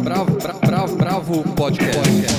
Bravo Podcast.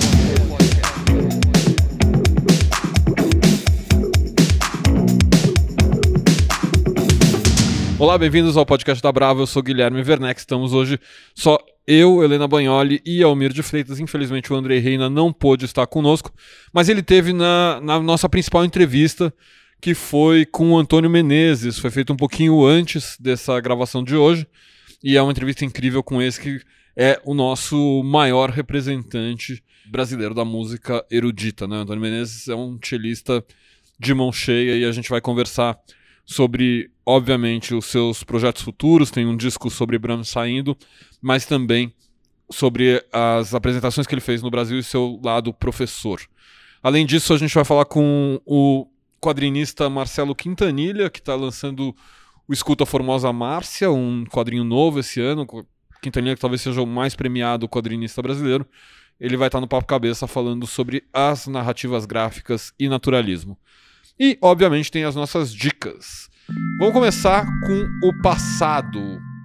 Olá, bem-vindos ao podcast da Bravo. Eu sou Guilherme Werneck. Estamos hoje só eu, Helena Bagnoli e Almir de Freitas. Infelizmente o Andrei Reina não pôde estar conosco, mas ele teve na nossa principal entrevista, que foi com o Antônio Menezes. Foi feito um pouquinho antes dessa gravação de hoje, e é uma entrevista incrível com esse que é o nosso maior representante brasileiro da música erudita, né? Antônio Menezes é um cellista de mão cheia e a gente vai conversar sobre, obviamente, os seus projetos futuros. Tem um disco sobre Brahms saindo, mas também sobre as apresentações que ele fez no Brasil e seu lado professor. Além disso, a gente vai falar com o quadrinista Marcelo Quintanilha, que está lançando o Escuta Formosa Márcia, um quadrinho novo esse ano. Quintanilha, que talvez seja o mais premiado quadrinista brasileiro. Ele vai estar no Papo Cabeça falando sobre as narrativas gráficas e naturalismo. E, obviamente, tem as nossas dicas. Vamos começar com o passado.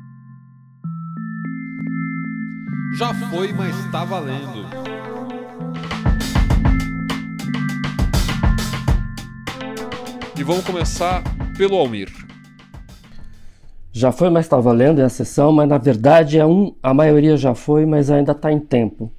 Já foi, mas está valendo. E vamos começar pelo Almir. Já foi, mas está valendo, é a sessão, mas na verdade a maioria já foi, mas ainda está em tempo.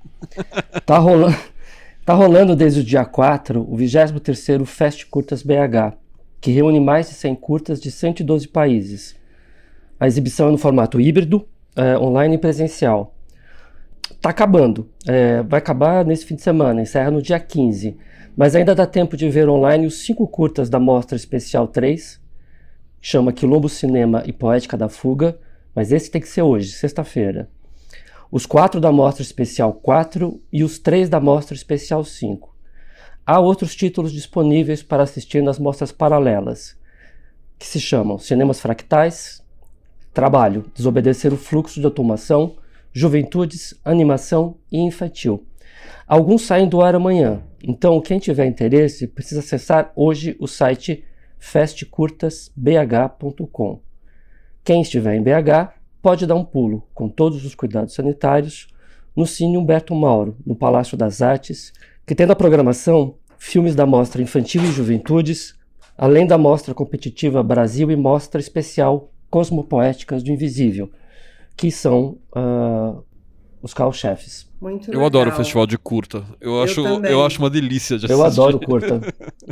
Tá rolando desde o dia 4 o 23º Fest Curtas BH, que reúne mais de 100 curtas de 112 países. A exibição é no formato híbrido, online e presencial. Tá acabando, vai acabar nesse fim de semana, encerra no dia 15, mas ainda dá tempo de ver online os 5 curtas da Mostra Especial 3, chama Quilombo Cinema e Poética da Fuga, mas esse tem que ser hoje, sexta-feira. Os 4 da Mostra Especial 4 e os 3 da Mostra Especial 5. Há outros títulos disponíveis para assistir nas mostras paralelas, que se chamam Cinemas Fractais, Trabalho, Desobedecer o Fluxo de Automação, Juventudes, Animação e Infantil. Alguns saem do ar amanhã, então quem tiver interesse precisa acessar hoje o site festcurtasbh.com. Quem estiver em BH pode dar um pulo, com todos os cuidados sanitários, no Cine Humberto Mauro, no Palácio das Artes, que tem na programação filmes da Mostra Infantil e Juventudes, além da Mostra Competitiva Brasil e Mostra Especial Cosmopoéticas do Invisível, que são os carro-chefes. Muito Eu legal. adoro o festival de curta. Eu acho uma delícia de assistir. Eu adoro curta.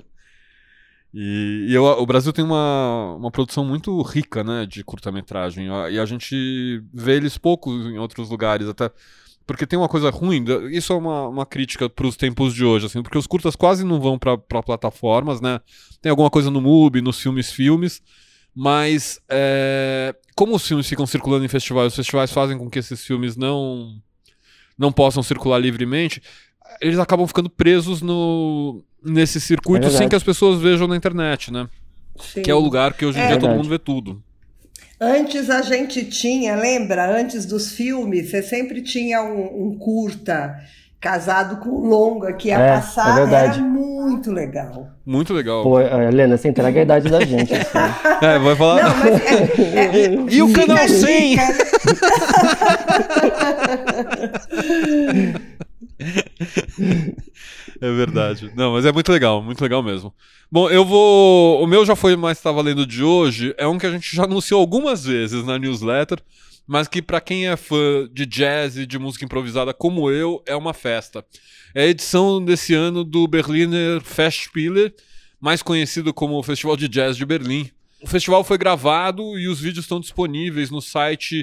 E o Brasil tem uma produção muito rica, né, de curta-metragem, e a gente vê eles pouco em outros lugares, até porque tem uma coisa ruim. Isso é uma crítica para os tempos de hoje, assim, porque os curtas quase não vão para plataformas, né? Tem alguma coisa no MUBI, nos filmes, mas como os filmes ficam circulando em festivais, os festivais fazem com que esses filmes não possam circular livremente, eles acabam ficando presos nesse circuito sem que as pessoas vejam na internet, né? Sim. Que é o lugar que hoje em dia todo mundo vê tudo. Antes a gente tinha, lembra? Antes dos filmes, você sempre tinha um curta casado com um longa que ia passar. Era muito legal. Muito legal. Pô, Helena, você entrega a idade da gente. Assim. Vai falar. Não, mas e o canal 100? É verdade. Não, mas é muito legal mesmo. Bom, o meu já foi, mas tá valendo de hoje. É um que a gente já anunciou algumas vezes na newsletter, mas que pra quem é fã de jazz e de música improvisada como eu, é uma festa. É a edição desse ano do Berliner Festspiele, mais conhecido como o Festival de Jazz de Berlim. O festival foi gravado e os vídeos estão disponíveis no site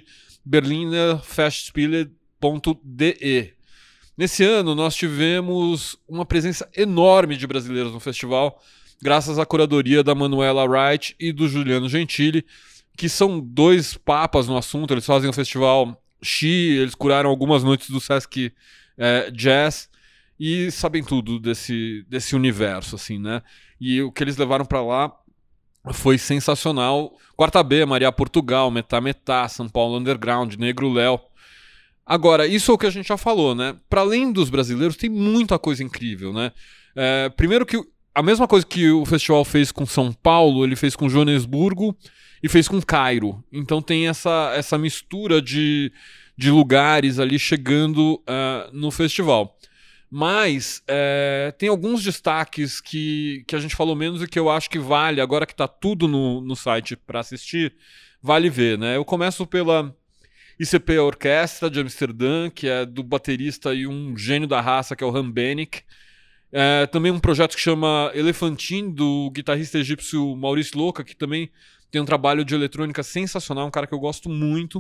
berlinerfestspiele.de. Nesse ano, nós tivemos uma presença enorme de brasileiros no festival, graças à curadoria da Manuela Wright e do Juliano Gentili, que são 2 papas no assunto. Eles fazem o festival Xi, eles curaram algumas noites do Sesc Jazz e sabem tudo desse universo, assim, né? E o que eles levaram para lá foi sensacional. Quarta B, Maria Portugal, Metá Metá, São Paulo Underground, Negro Léo. Agora, isso é o que a gente já falou, né? Para além dos brasileiros, tem muita coisa incrível, né? Primeiro que a mesma coisa que o festival fez com São Paulo, ele fez com Joanesburgo e fez com Cairo. Então tem essa mistura de de lugares ali chegando no festival. Mas tem alguns destaques que a gente falou menos e que eu acho que vale, agora que está tudo no site para assistir, vale ver, né? Eu começo pela ICP Orquestra de Amsterdã, que é do baterista e um gênio da raça, que é o Han Benick. Também um projeto que chama Elephantine, do guitarrista egípcio Maurice Loca, que também tem um trabalho de eletrônica sensacional, um cara que eu gosto muito.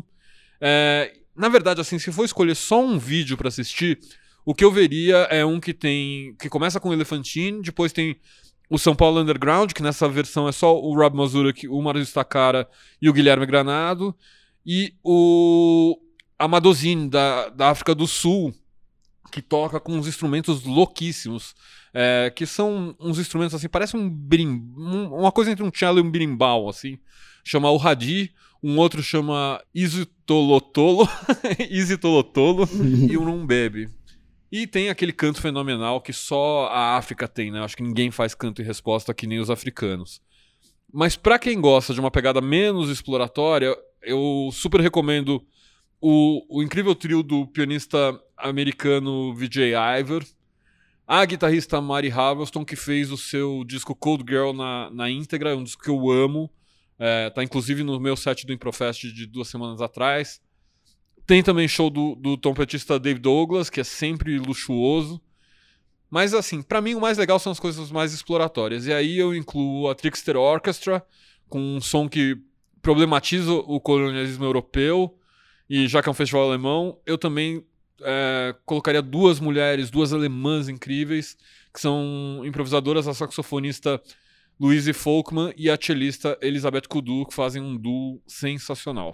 Na verdade, assim, se for escolher só um vídeo para assistir, o que eu veria é um que começa com Elephantine, depois tem o São Paulo Underground, que nessa versão é só o Rob Mazurek, o Marius Takara e o Guilherme Granado, e o Amadozine, da África do Sul, que toca com uns instrumentos louquíssimos, que são uns instrumentos assim, parece uma coisa entre um cello e um berimbau, assim. Chama o Hadi, um outro chama Isitolotolo, Isitolotolo e o Rumbebe. E tem aquele canto fenomenal que só a África tem, né? Acho que ninguém faz canto e resposta que nem os africanos. Mas pra quem gosta de uma pegada menos exploratória, eu super recomendo o incrível trio do pianista americano Vijay Iyer, a guitarrista Mari Havelston, que fez o seu disco Cold Girl na íntegra, é um disco que eu amo, tá inclusive no meu set do Improfest de 2 semanas atrás. Tem também show do trompetista Dave Douglas, que é sempre luxuoso. Mas assim, pra mim o mais legal são as coisas mais exploratórias, e aí eu incluo a Trickster Orchestra, com um som que problematiza o colonialismo europeu. E já que é um festival alemão, eu também colocaria 2 mulheres, 2 alemãs incríveis, que são improvisadoras, a saxofonista Louise Folkman e a cellista Elisabeth Kudu, que fazem um duo sensacional.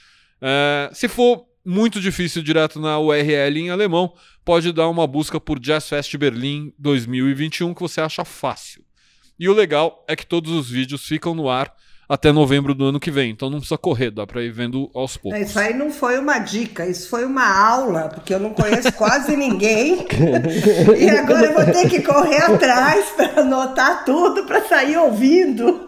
Se for muito difícil direto na URL em alemão, pode dar uma busca por Jazz Fest Berlim 2021, que você acha fácil. E o legal é que todos os vídeos ficam no ar até novembro do ano que vem, então não precisa correr, dá pra ir vendo aos poucos. Isso aí não foi uma dica, isso foi uma aula, porque eu não conheço quase ninguém, e agora eu vou ter que correr atrás para anotar tudo, para sair ouvindo.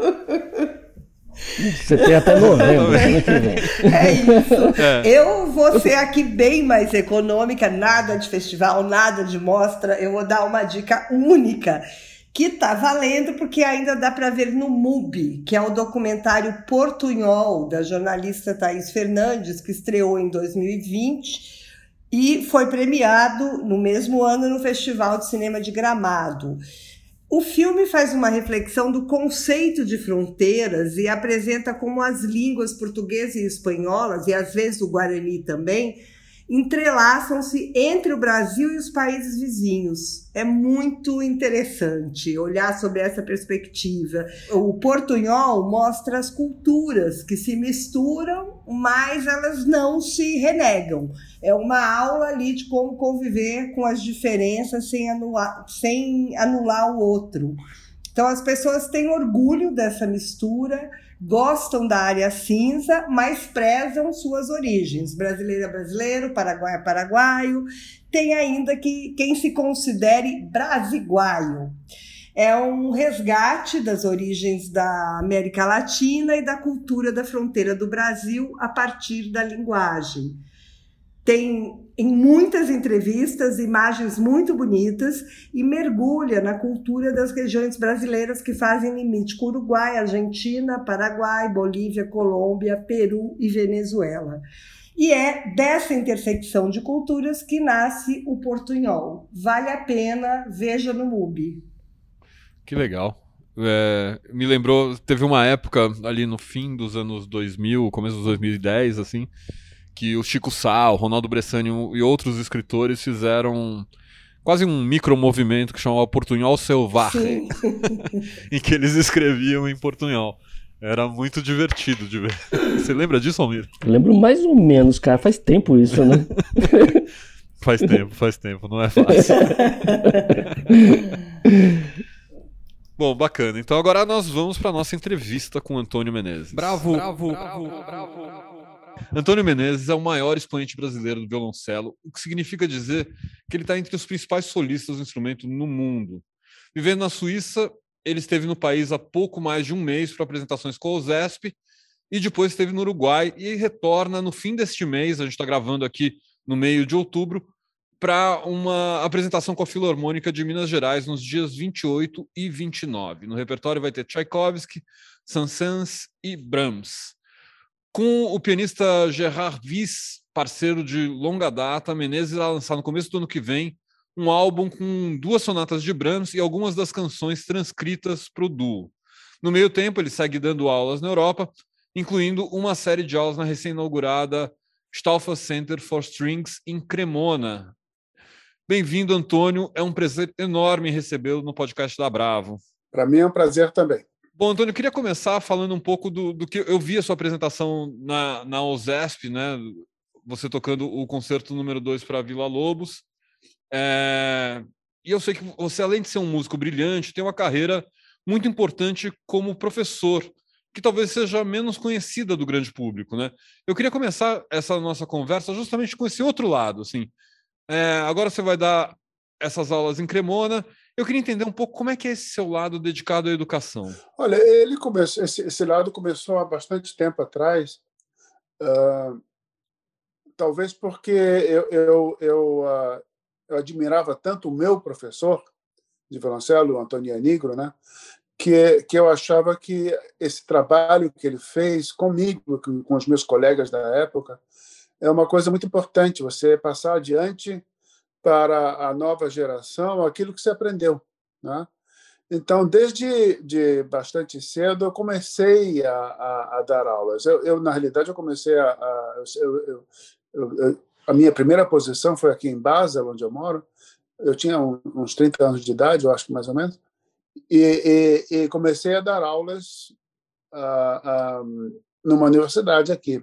Você tem até novembro, ano que vem. É isso. Eu vou ser aqui bem mais econômica, nada de festival, nada de mostra, eu vou dar uma dica única, que tá valendo porque ainda dá para ver no MUBI, que é o documentário Portunhol, da jornalista Thaís Fernandes, que estreou em 2020 e foi premiado no mesmo ano no Festival de Cinema de Gramado. O filme faz uma reflexão do conceito de fronteiras e apresenta como as línguas portuguesa e espanholas, e às vezes o guarani também, entrelaçam-se entre o Brasil e os países vizinhos. É muito interessante olhar sobre essa perspectiva. O Portunhol mostra as culturas que se misturam, mas elas não se renegam. É uma aula ali de como conviver com as diferenças sem anular o outro. Então as pessoas têm orgulho dessa mistura, gostam da área cinza, mas prezam suas origens. Brasileiro é brasileiro, paraguaio é paraguaio, tem ainda quem se considere brasiguaio. É um resgate das origens da América Latina e da cultura da fronteira do Brasil a partir da linguagem. Tem em muitas entrevistas imagens muito bonitas e mergulha na cultura das regiões brasileiras que fazem limite com Uruguai, Argentina, Paraguai, Bolívia, Colômbia, Peru e Venezuela. E é dessa intersecção de culturas que nasce o Portunhol. Vale a pena, veja no MUBI. Que legal. Me lembrou, teve uma época ali no fim dos anos 2000, começo dos 2010, assim, que o Chico Sá, o Ronaldo Bressani e outros escritores fizeram quase um micromovimento que chamava Portunhol Selvagem, em que eles escreviam em portunhol. Era muito divertido de ver. Você lembra disso, Almir? Eu lembro mais ou menos, cara. Faz tempo isso, né? Faz tempo, não é fácil. Bom, bacana. Então agora nós vamos para nossa entrevista com Antônio Menezes. Bravo. Antônio Menezes é o maior expoente brasileiro do violoncelo, o que significa dizer que ele está entre os principais solistas do instrumento no mundo. Vivendo na Suíça, ele esteve no país há pouco mais de um mês para apresentações com o OZESP e depois esteve no Uruguai e retorna no fim deste mês, a gente está gravando aqui no meio de outubro, para uma apresentação com a Filarmônica de Minas Gerais nos dias 28 e 29. No repertório vai ter Tchaikovsky, Saint-Saëns e Brahms. Com o pianista Gerard Wyss, parceiro de longa data, Menezes vai lançar no começo do ano que vem um álbum com 2 sonatas de Brahms e algumas das canções transcritas para o duo. No meio tempo, ele segue dando aulas na Europa, incluindo uma série de aulas na recém-inaugurada Stauffer Center for Strings em Cremona. Bem-vindo, Antônio. É um prazer enorme recebê-lo no podcast da Bravo. Para mim é um prazer também. Bom, Antônio, eu queria começar falando um pouco do que eu vi a sua apresentação na OSESP, né? Você tocando o concerto número 2 para Vila Lobos. E eu sei que você, além de ser um músico brilhante, tem uma carreira muito importante como professor, que talvez seja menos conhecida do grande público, né? Eu queria começar essa nossa conversa justamente com esse outro lado, assim. Agora você vai dar essas aulas em Cremona. Eu queria entender um pouco como é que é esse seu lado dedicado à educação. Olha, esse lado começou há bastante tempo atrás, talvez porque eu admirava tanto o meu professor de violoncelo, o Antônio Nigro, né, que eu achava que esse trabalho que ele fez comigo, com os meus colegas da época, é uma coisa muito importante, você passar adiante para a nova geração aquilo que você aprendeu, né? Então, desde bastante cedo, eu comecei a dar aulas. Na realidade, eu comecei a minha primeira posição foi aqui em Basel, onde eu moro. Eu tinha uns 30 anos de idade, eu acho que mais ou menos, e comecei a dar aulas numa universidade aqui.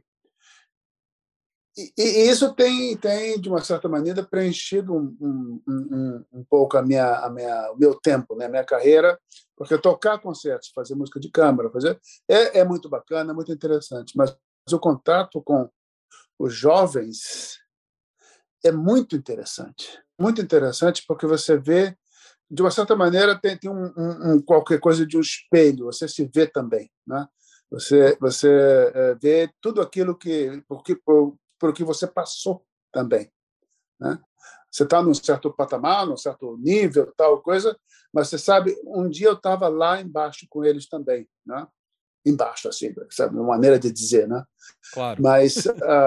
E isso tem, de uma certa maneira, preenchido um pouco o meu tempo, né? A minha carreira, porque tocar concertos, fazer música de câmara, é muito bacana, muito interessante, mas o contato com os jovens é muito interessante porque você vê, de uma certa maneira, tem qualquer coisa de um espelho, você se vê também, né? Você vê tudo aquilo por que você passou também, né? Você está num certo patamar, num certo nível, tal coisa, mas você sabe, um dia eu estava lá embaixo com eles também, né? Embaixo, assim, sabe, uma maneira de dizer, né? Claro. Mas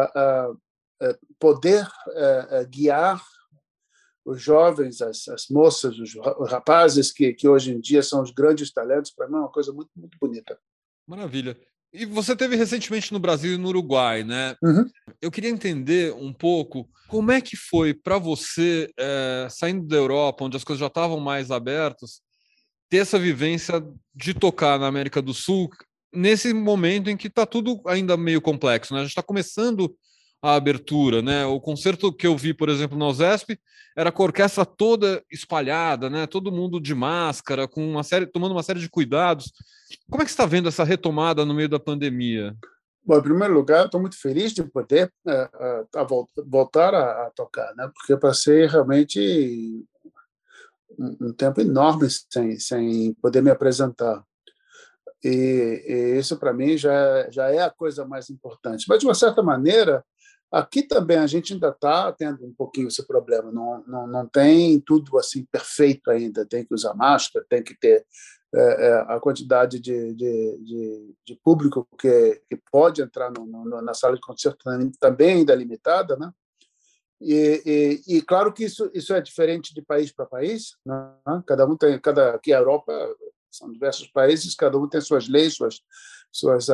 poder guiar os jovens, as moças, os rapazes que hoje em dia são os grandes talentos, para mim é uma coisa muito, muito bonita. Maravilha. E você esteve recentemente no Brasil e no Uruguai, né? Uhum. Eu queria entender um pouco como é que foi para você, saindo da Europa, onde as coisas já estavam mais abertas, ter essa vivência de tocar na América do Sul, nesse momento em que está tudo ainda meio complexo, né? A gente está começando a abertura, né? O concerto que eu vi, por exemplo, na OSESP, era com a orquestra toda espalhada, né? Todo mundo de máscara, tomando uma série de cuidados. Como é que você está vendo essa retomada no meio da pandemia? Bom, em primeiro lugar, estou muito feliz de poder voltar a tocar, né? Porque eu passei realmente um tempo enorme sem poder me apresentar. E isso, para mim, já é a coisa mais importante. Mas, de uma certa maneira, aqui também a gente ainda está tendo um pouquinho esse problema. Não tem tudo assim perfeito ainda. Tem que usar máscara, tem que ter a quantidade de público que pode entrar na sala de concerto também ainda é limitada, né? E claro que isso é diferente de país para país, né? Aqui a Europa são diversos países, cada um tem suas leis, suas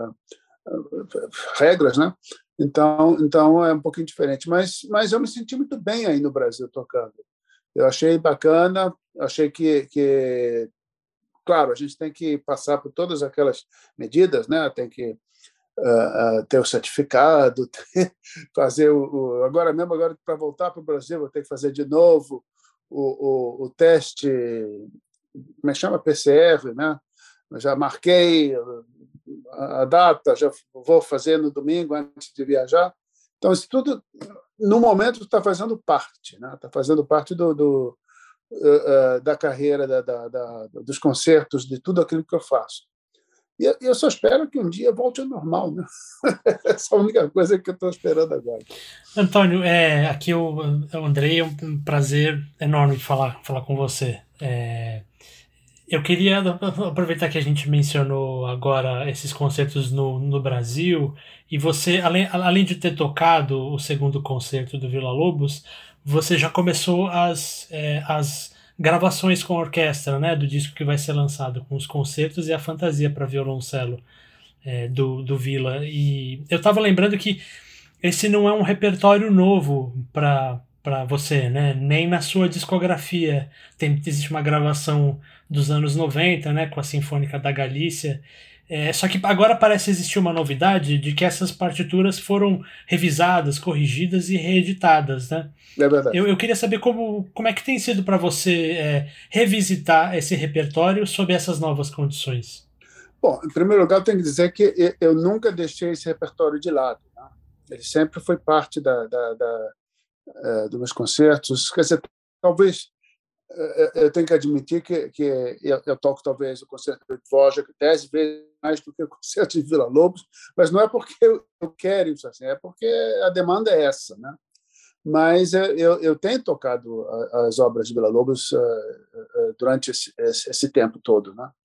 regras, né? Então é um pouquinho diferente, mas eu me senti muito bem aí no Brasil tocando. Eu achei bacana, achei que claro, a gente tem que passar por todas aquelas medidas, né? Tem que ter o certificado, fazer agora para voltar para o Brasil, vou ter que fazer de novo o teste, como é que chama? PCR, né? Já marquei a data, já vou fazer no domingo antes de viajar. Então, isso tudo, no momento, está fazendo parte, né? Está fazendo parte da carreira, dos concertos, de tudo aquilo que eu faço. E eu só espero que um dia volte ao normal, né? Essa é a única coisa que eu estou esperando agora. Antônio, aqui é o Andrei, é um prazer enorme falar com você. Eu queria aproveitar que a gente mencionou agora esses concertos no Brasil, e você, além de ter tocado o segundo concerto do Villa-Lobos, você já começou as gravações com orquestra, né, do disco que vai ser lançado, com os concertos e a fantasia para violoncelo do Villa. E eu estava lembrando que esse não é um repertório novo para você, né? Nem na sua discografia. Existe uma gravação dos anos 90, né, com a Sinfônica da Galícia. Só que agora parece existir uma novidade de que essas partituras foram revisadas, corrigidas e reeditadas, né? É verdade. Eu queria saber como é que tem sido para você revisitar esse repertório sob essas novas condições. Bom, em primeiro lugar, eu tenho que dizer que eu nunca deixei esse repertório de lado, né? Ele sempre foi parte dos meus concertos. Quer dizer, talvez eu tenho que admitir que eu toco talvez o concerto de Dvorak 10 vezes mais do que o concerto de Villa-Lobos, mas não é porque eu quero isso assim, é porque a demanda é essa, né? Mas eu tenho tocado as obras de Villa-Lobos durante esse tempo todo, né?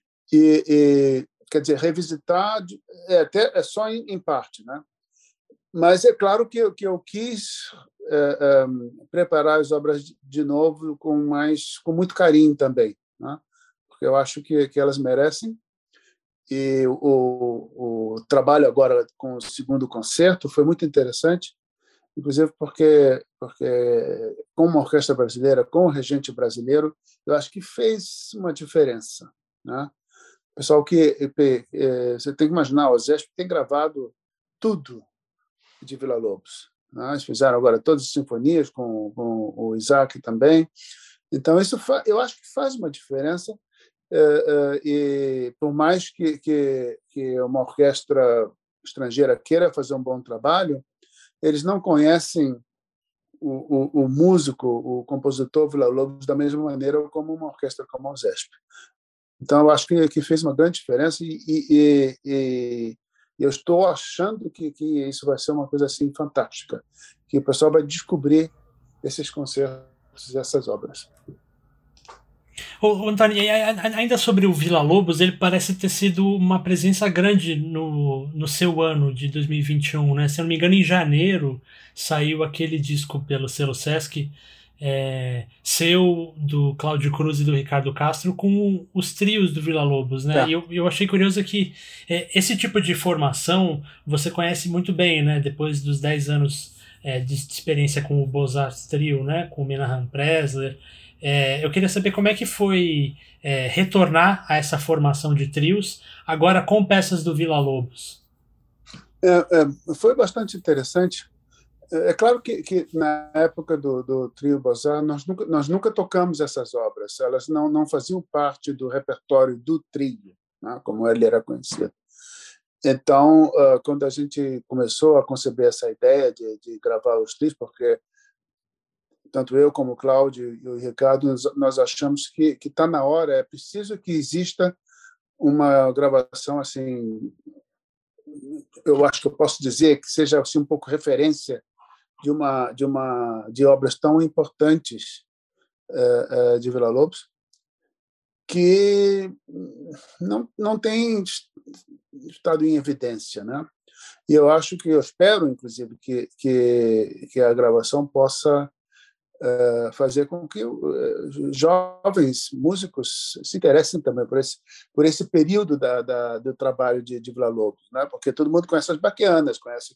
E quer dizer, revisitar é só em parte, né? Mas é claro que eu quis preparar as obras de novo com muito carinho também, né? Porque eu acho que elas merecem. E o trabalho agora com o segundo concerto foi muito interessante, inclusive porque com uma orquestra brasileira, com um regente brasileiro, eu acho que fez uma diferença, né? Pessoal você tem que imaginar, o ZESP tem gravado tudo de Villa-Lobos. Eles fizeram agora todas as sinfonias com o Isaac também. Então, isso eu acho que faz uma diferença. E por mais que uma orquestra estrangeira queira fazer um bom trabalho, eles não conhecem o músico, o compositor Villa-Lobos da mesma maneira como uma orquestra como a ZESP. Então, eu acho que fez uma grande diferença e eu estou achando que isso vai ser uma coisa assim fantástica, que o pessoal vai descobrir esses concertos, essas obras. Antônio, ainda sobre o Villa-Lobos, ele parece ter sido uma presença grande no seu ano de 2021, né? Se eu não me engano, em janeiro saiu aquele disco pelo selo Sesc, seu, do Cláudio Cruz e do Ricardo Castro, com os trios do Villa-Lobos, né? E eu achei curioso que esse tipo de formação você conhece muito bem, né? Depois dos 10 anos de experiência com o Beaux-Arts Trio, né? Com o Menahem Presler. Eu queria saber como é que foi retornar a essa formação de trios, agora com peças do Villa-Lobos. Foi bastante interessante. É claro que na época do trio Beaux-Arts nós nunca tocamos essas obras, elas não faziam parte do repertório do trio, né, como ele era conhecido. Então, quando a gente começou a conceber essa ideia de gravar os trios, porque tanto eu como o Cláudio e o Ricardo, nós achamos que está na hora, é preciso que exista uma gravação assim, eu acho que eu posso dizer que seja assim, um pouco referência de obras tão importantes de Villa-Lobos, que não tem estado em evidência, né? E eu espero, inclusive, que a gravação possa fazer com que jovens músicos se interessem também por esse período do trabalho de Villa-Lobos, né? Porque todo mundo conhece as baquianas, conhece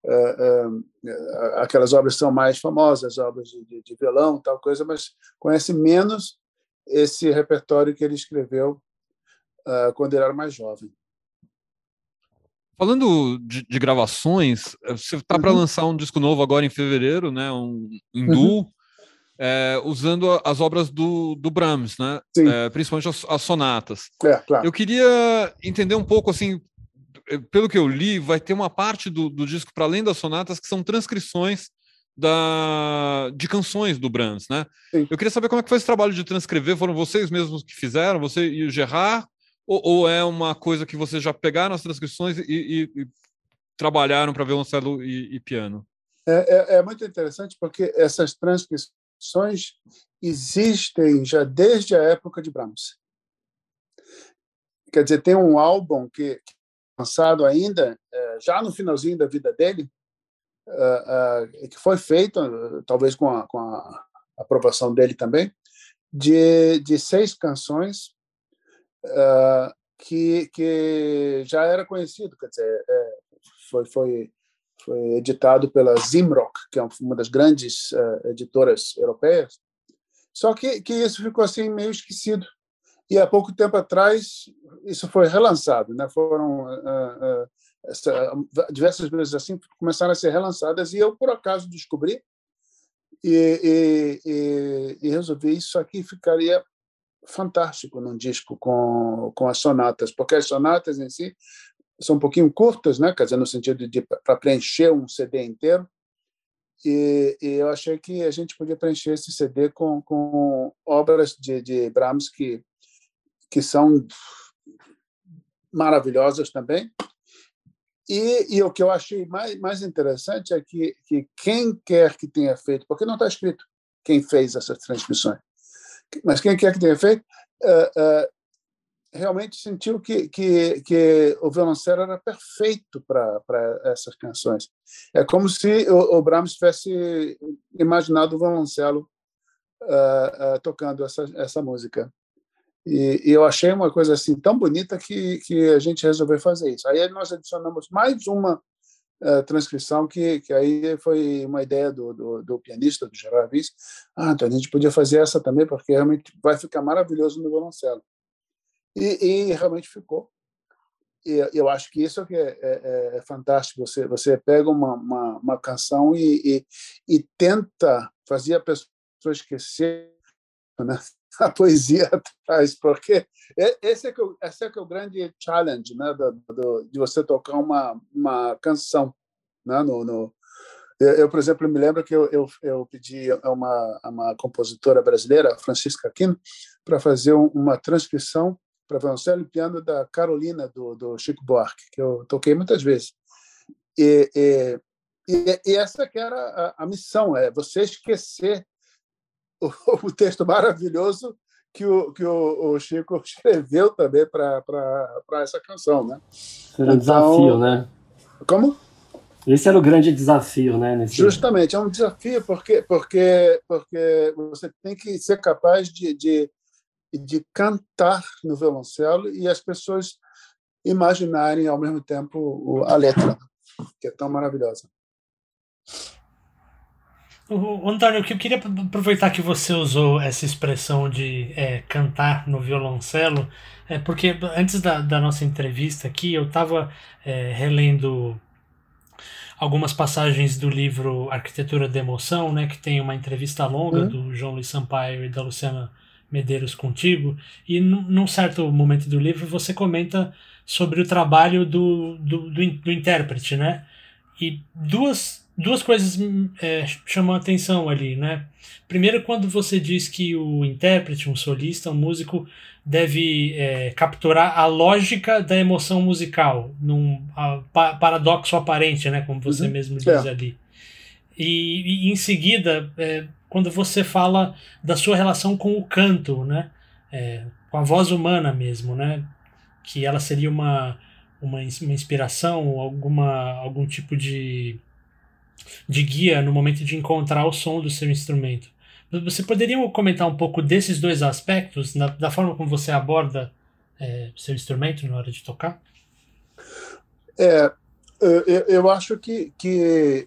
aquelas obras que são mais famosas, obras de violão, tal coisa, mas conhece menos esse repertório que ele escreveu quando ele era mais jovem. Falando de gravações, você está para lançar um disco novo agora em fevereiro, né? Um duo. Usando as obras do Brahms, né? Principalmente as sonatas. Claro. Eu queria entender um pouco, assim, pelo que eu li, vai ter uma parte do disco, para além das sonatas, que são transcrições de canções do Brahms, né? Sim. Eu queria saber como é que foi esse trabalho de transcrever. Foram vocês mesmos que fizeram, você e o Gerard, Ou é uma coisa que vocês já pegaram as transcrições e trabalharam para violoncelo e piano? É muito interessante porque essas transcrições existem já desde a época de Brahms. Quer dizer, tem um álbum que lançado ainda já no finalzinho da vida dele, que foi feito, talvez com a aprovação dele também, de 6 canções que já era conhecido, quer dizer, foi editado pela Zimrock, que é uma das grandes editoras europeias. Só que isso ficou assim meio esquecido. E há pouco tempo atrás isso foi relançado, né? Foram diversas vezes assim começaram a ser relançadas, e eu por acaso descobri e resolvi isso aqui ficaria fantástico num disco com as sonatas, porque as sonatas em si são um pouquinho curtas, né? Quer dizer, no sentido de para preencher um CD inteiro. E eu achei que a gente podia preencher esse CD com obras de Brahms que são maravilhosas também. E o que eu achei mais interessante é que quem quer que tenha feito, porque não está escrito quem fez essas transcrições, mas quem quer que tenha feito, realmente sentiu que o violoncelo era perfeito para essas canções. É como se o Brahms tivesse imaginado o violoncelo tocando essa música. E eu achei uma coisa assim tão bonita que a gente resolveu fazer isso. Aí nós adicionamos mais uma transcrição que aí foi uma ideia do pianista, do Gerard Wyss. Então a gente podia fazer essa também, porque realmente vai ficar maravilhoso no violoncelo. E realmente ficou. E eu acho que isso é fantástico. Você pega uma canção e tenta fazer a pessoa esquecer, né, a poesia atrás, porque esse é que é o grande challenge, né, de você tocar uma canção, né, eu, por exemplo, me lembro que eu pedi a uma compositora brasileira, Francisca Aquino, para fazer uma transcrição para violoncelo e piano da Carolina, do Chico Buarque, que eu toquei muitas vezes. E essa que era a missão, você esquecer o texto maravilhoso que o Chico escreveu também para essa canção, né? Era um desafio, né? Como? Esse era o grande desafio, né? Justamente, é um desafio porque você tem que ser capaz de cantar no violoncelo e as pessoas imaginarem ao mesmo tempo a letra, que é tão maravilhosa. Antônio, eu queria aproveitar que você usou essa expressão de cantar no violoncelo, porque antes da nossa entrevista aqui eu estava relendo algumas passagens do livro Arquitetura da Emoção, né, que tem uma entrevista longa do João Luiz Sampaio e da Luciana Medeiros contigo, e num certo momento do livro você comenta sobre o trabalho do intérprete, né? E duas coisas chamam a atenção ali, né? Primeiro, quando você diz que o intérprete, um solista, um músico, deve capturar a lógica da emoção musical, num paradoxo aparente, né? Como você mesmo diz ali. E em seguida, quando você fala da sua relação com o canto, né? Com a voz humana mesmo, né? Que ela seria uma inspiração, algum tipo de guia no momento de encontrar o som do seu instrumento. Você poderia comentar um pouco desses dois aspectos, da forma como você aborda seu instrumento na hora de tocar? Eu acho que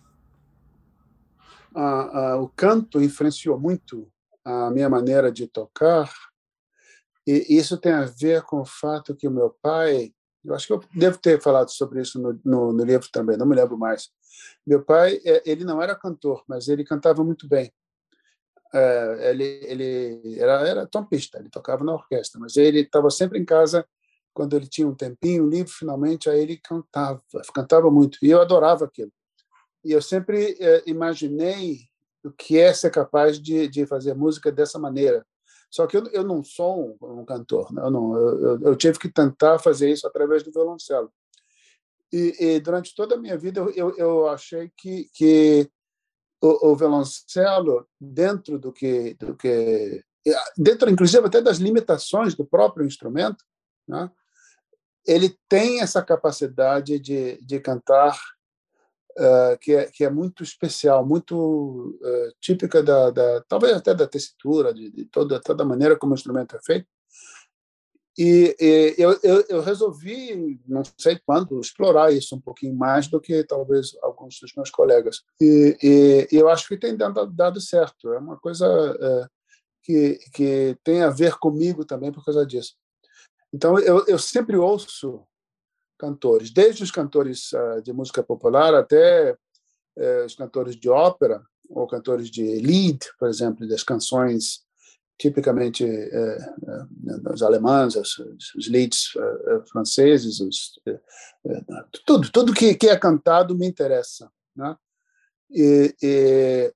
o canto influenciou muito a minha maneira de tocar, e isso tem a ver com o fato que o meu pai, eu acho que eu devo ter falado sobre isso no livro também, não me lembro mais. Meu pai, ele não era cantor, mas ele cantava muito bem. Ele era trompista, ele tocava na orquestra, mas ele estava sempre em casa quando ele tinha um tempinho livre, finalmente, aí ele cantava muito, e eu adorava aquilo. E eu sempre imaginei o que é ser capaz de fazer música dessa maneira, Só que eu não sou um cantor, né? Eu tive que tentar fazer isso através do violoncelo. E durante toda a minha vida eu achei que o violoncelo, dentro dentro inclusive até das limitações do próprio instrumento, né? Ele tem essa capacidade de cantar que é muito especial, muito típica talvez até da tessitura, de toda a maneira como o instrumento é feito. E eu resolvi, não sei quando, explorar isso um pouquinho mais do que talvez alguns dos meus colegas. E eu acho que tem dado certo. É uma coisa que tem a ver comigo também por causa disso. Então, eu sempre ouço cantores, desde os cantores de música popular até os cantores de ópera, ou cantores de lead, por exemplo, das canções tipicamente os alemães, os leads franceses, tudo que é cantado me interessa, né? E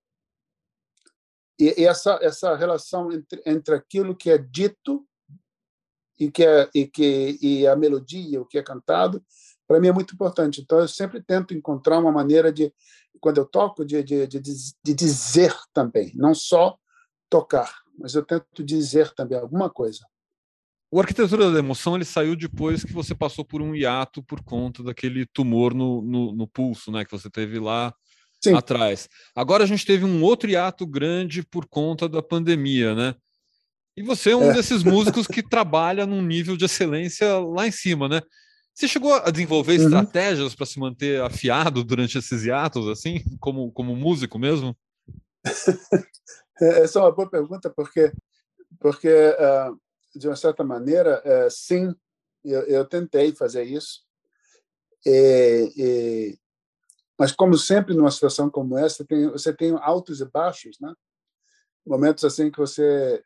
essa relação entre aquilo que é dito e a melodia, o que é cantado, para mim é muito importante. Então eu sempre tento encontrar uma maneira quando eu toco, de dizer também, não só tocar, mas eu tento dizer também alguma coisa. O Arquitetura da Emoção ele saiu depois que você passou por um hiato por conta daquele tumor no pulso, né, que você teve lá Sim. atrás. Agora a gente teve um outro hiato grande por conta da pandemia, né? E você é um desses músicos que trabalha num nível de excelência lá em cima, né? Você chegou a desenvolver estratégias para se manter afiado durante esses hiatos, assim, como músico mesmo? Essa é uma boa pergunta, porque de uma certa maneira, sim, eu tentei fazer isso. Mas, como sempre, numa situação como essa, você tem altos e baixos, né? Momentos assim que você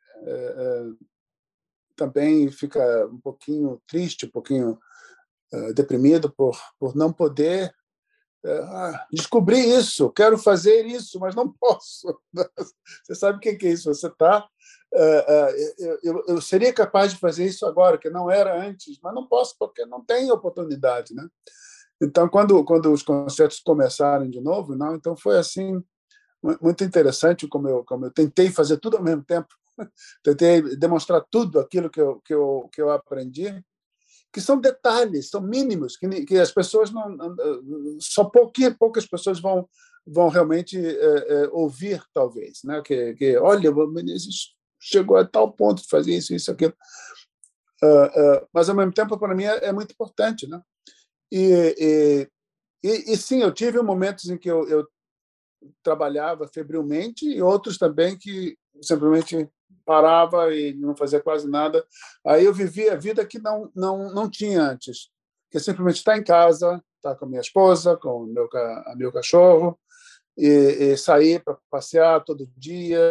também fica um pouquinho triste, um pouquinho deprimido por não poder descobrir isso, quero fazer isso, mas não posso. Você sabe o que é isso? Você está... eu seria capaz de fazer isso agora, que não era antes, mas não posso porque não tem oportunidade, né? Então, quando os concertos começaram de novo, não, então foi assim muito interessante como eu tentei fazer tudo ao mesmo tempo, tentei demonstrar tudo aquilo que eu aprendi, que são detalhes, são mínimos, que as pessoas só poucas pessoas vão realmente ouvir, talvez, né? Que olha, o Menezes chegou a tal ponto de fazer isso, aquilo. Mas, ao mesmo tempo, para mim é muito importante, né? E sim, eu tive momentos em que eu trabalhava febrilmente e outros também que simplesmente parava e não fazia quase nada. Aí eu vivia a vida que não tinha antes, que é simplesmente estar em casa, estar com a minha esposa, com o meu cachorro, e sair para passear todo dia,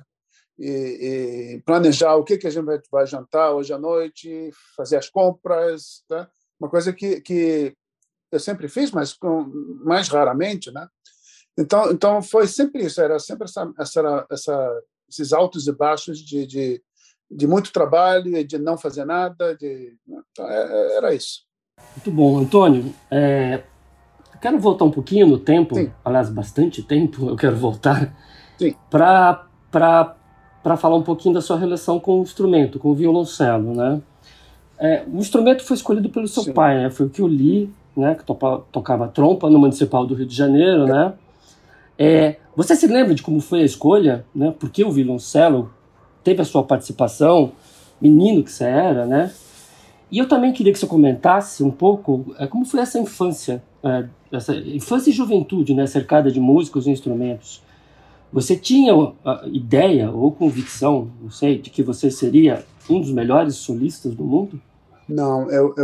e planejar o que a gente vai jantar hoje à noite, fazer as compras, tá? Uma coisa que eu sempre fiz, mas mais raramente, né? Então foi sempre isso, era sempre esses altos e baixos de muito trabalho e de não fazer nada, então, era isso. Muito bom, Antônio. Quero voltar um pouquinho no tempo, Sim. Aliás, bastante tempo eu quero voltar, para falar um pouquinho da sua relação com o instrumento, com o violoncelo, né? O instrumento foi escolhido pelo seu Sim. pai, né? Foi o que eu li, né? Que tocava trompa no Municipal do Rio de Janeiro, né? Você se lembra de como foi a escolha, né? Por que o violoncelo teve a sua participação, menino que você era, né? E eu também queria que você comentasse um pouco como foi essa infância e juventude, né? Cercada de músicos e instrumentos. Você tinha a ideia ou convicção, não sei, de que você seria um dos melhores solistas do mundo? Não,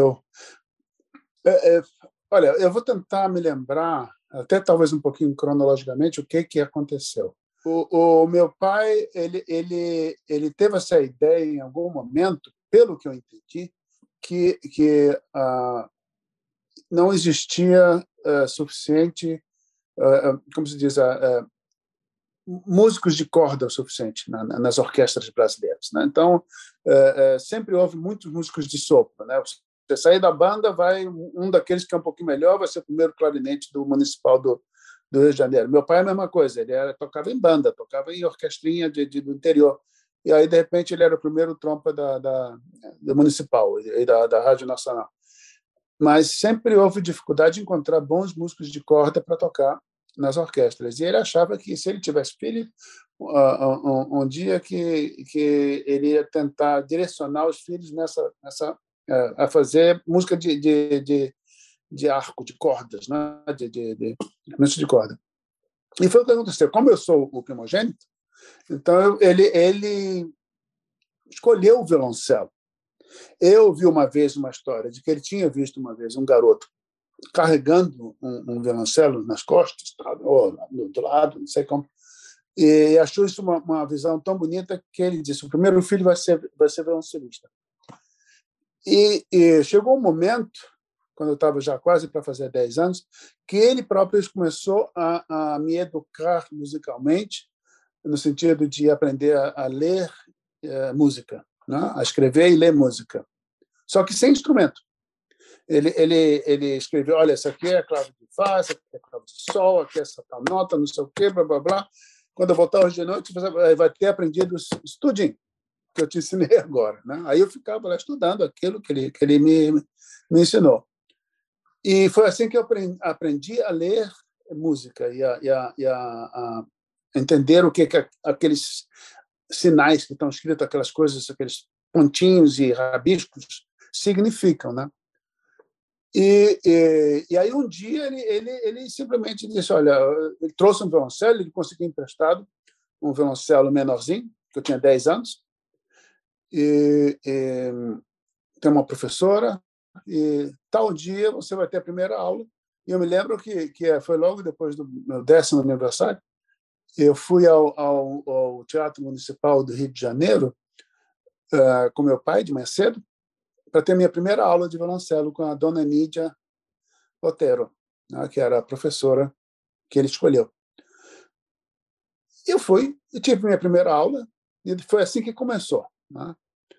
olha, eu vou tentar me lembrar, até talvez um pouquinho cronologicamente, o que aconteceu. O meu pai, ele teve essa ideia em algum momento, pelo que eu entendi, que não existia suficiente, como se diz, músicos de corda o suficiente nas orquestras brasileiras, né? Então, sempre houve muitos músicos de sopro, né? Você sair da banda, vai um daqueles que é um pouquinho melhor, vai ser o primeiro clarinete do Municipal do Rio de Janeiro. Meu pai é a mesma coisa, ele tocava em banda, tocava em orquestrinha do interior. E aí, de repente, ele era o primeiro trompa do Municipal e da Rádio Nacional. Mas sempre houve dificuldade de encontrar bons músicos de corda para tocar nas orquestras. E ele achava que, se ele tivesse filho, um dia que ele ia tentar direcionar os filhos a fazer música de arco, de cordas, né? de música de corda. E foi o que aconteceu. Como eu sou o primogênito, então ele escolheu o violoncelo. Eu vi uma vez uma história de que ele tinha visto uma vez um garoto carregando um violoncelo nas costas, ou do lado, não sei como, e achou isso uma visão tão bonita que ele disse: o primeiro filho vai ser violoncelista. E chegou um momento, quando eu estava já quase para fazer 10 anos, que ele próprio começou a me educar musicalmente, no sentido de aprender a ler música, né? A escrever e ler música, só que sem instrumento. Ele escreveu: olha, essa aqui é a clave de Fá, essa aqui é a clave de Sol, aqui é essa tal nota, não sei o quê, blá, blá, blá. Quando eu voltar hoje de noite, você vai ter aprendido tudinho que eu te ensinei agora, né? Aí eu ficava lá estudando aquilo que ele me ensinou. E foi assim que eu aprendi a ler música e a entender o que aqueles sinais que estão escritos, aquelas coisas, aqueles pontinhos e rabiscos significam, né? E aí um dia ele simplesmente disse: olha, ele trouxe um violoncelo, ele conseguiu emprestado um violoncelo menorzinho, que eu tinha 10 anos, e tem uma professora, e tal dia você vai ter a primeira aula. E eu me lembro que foi logo depois do meu 10º aniversário. Eu fui ao Teatro Municipal do Rio de Janeiro com meu pai, de manhã cedo, para ter minha primeira aula de violoncelo com a dona Nídia Otero, né, que era a professora que ele escolheu. Eu fui, e tive minha primeira aula, e foi assim que começou, né?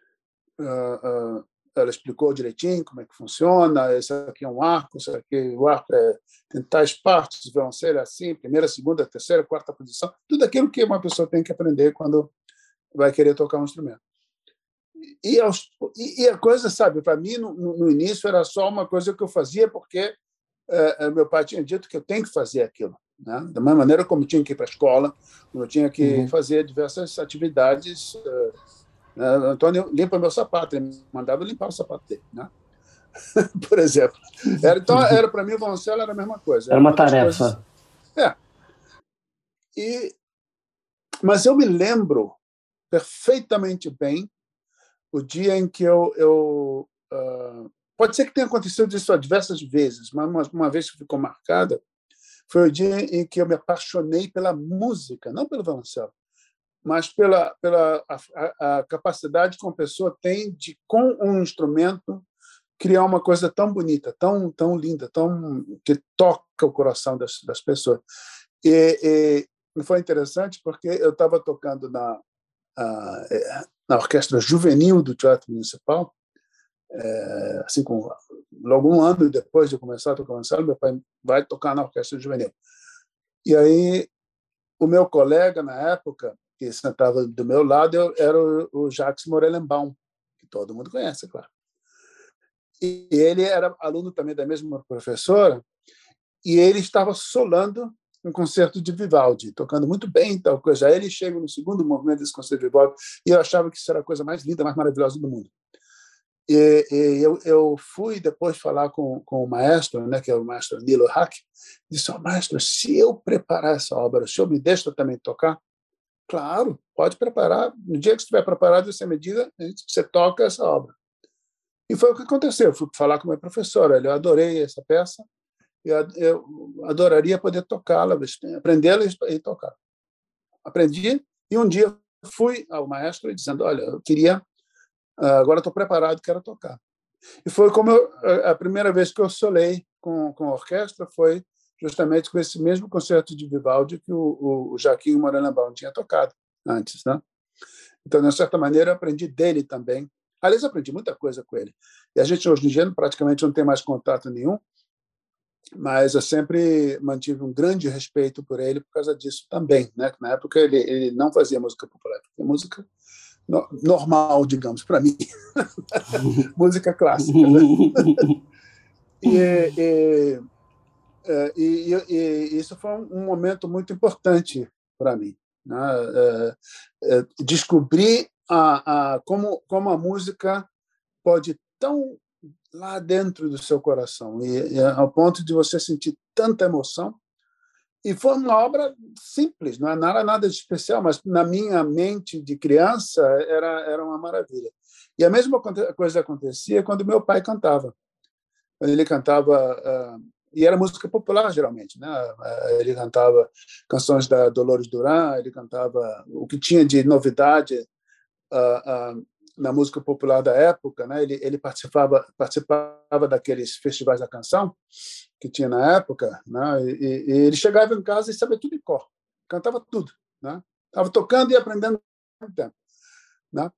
Ela explicou direitinho como é que funciona. Esse aqui é um arco, esse aqui, o arco tem tais partes, o violoncelo é assim, primeira, segunda, terceira, quarta posição, tudo aquilo que uma pessoa tem que aprender quando vai querer tocar um instrumento. E a coisa, sabe, para mim, no início, era só uma coisa que eu fazia porque meu pai tinha dito que eu tenho que fazer aquilo, né? Da mesma maneira como eu tinha que ir para a escola, como eu tinha que fazer diversas atividades. Antônio, limpa meu sapato, ele mandava limpar o sapato dele, né? Por exemplo. Então, para mim, o violoncelo era a mesma coisa. Era uma tarefa. Mas eu me lembro perfeitamente bem o dia em que pode ser que tenha acontecido isso diversas vezes, mas uma vez que ficou marcada foi o dia em que eu me apaixonei pela música, não pelo violoncelo, mas pela a capacidade que uma pessoa tem de, com um instrumento, criar uma coisa tão bonita, tão linda, que toca o coração das pessoas. E foi interessante porque eu estava tocando na orquestra juvenil do Teatro Municipal, assim, logo um ano depois de começar a tocar o violoncelo, meu pai vai tocar na orquestra juvenil. E aí o meu colega na época, que sentava do meu lado, era o Jacques Morelenbaum, que todo mundo conhece, claro. E ele era aluno também da mesma professora, e ele estava solando um concerto de Vivaldi, tocando muito bem, tal coisa. Aí ele chega no segundo movimento desse concerto de Vivaldi, e eu achava que isso era a coisa mais linda, mais maravilhosa do mundo. E eu fui depois falar com o maestro, né, que é o maestro Nilo Hack, disse: maestro, se eu preparar essa obra, o senhor me deixa também tocar? Claro, pode preparar. No dia que estiver preparado, você me diga, você toca essa obra. E foi o que aconteceu. Eu fui falar com a minha professora. Eu adorei essa peça. Eu adoraria poder tocá-la, aprendê-la e tocar. Aprendi. E um dia fui ao maestro dizendo: olha, eu queria, agora estou preparado, quero tocar. E foi como a primeira vez que eu solei com a orquestra foi justamente com esse mesmo concerto de Vivaldi que o Joaquim Morelenbaum tinha tocado antes, né? Então, de certa maneira, eu aprendi dele também. Aliás, eu aprendi muita coisa com ele. E a gente, hoje em dia, praticamente não tem mais contato nenhum, mas eu sempre mantive um grande respeito por ele por causa disso também, né? Na época, ele não fazia música popular, fazia música normal, digamos, para mim. Música clássica, né? E isso foi um momento muito importante para mim, né? Descobrir como a música pode tão lá dentro do seu coração e ao ponto de você sentir tanta emoção. E foi uma obra simples, não era nada de especial, mas na minha mente de criança era uma maravilha. E a mesma coisa acontecia quando meu pai cantava. Ele cantava, e era música popular geralmente, né? Ele cantava canções da Dolores Duran, ele cantava o que tinha de novidade na música popular da época, né? Ele participava daqueles festivais da canção que tinha na época, né? E ele chegava em casa e sabia tudo em cor, cantava tudo, né? Estava tocando e aprendendo ao mesmo tempo, né?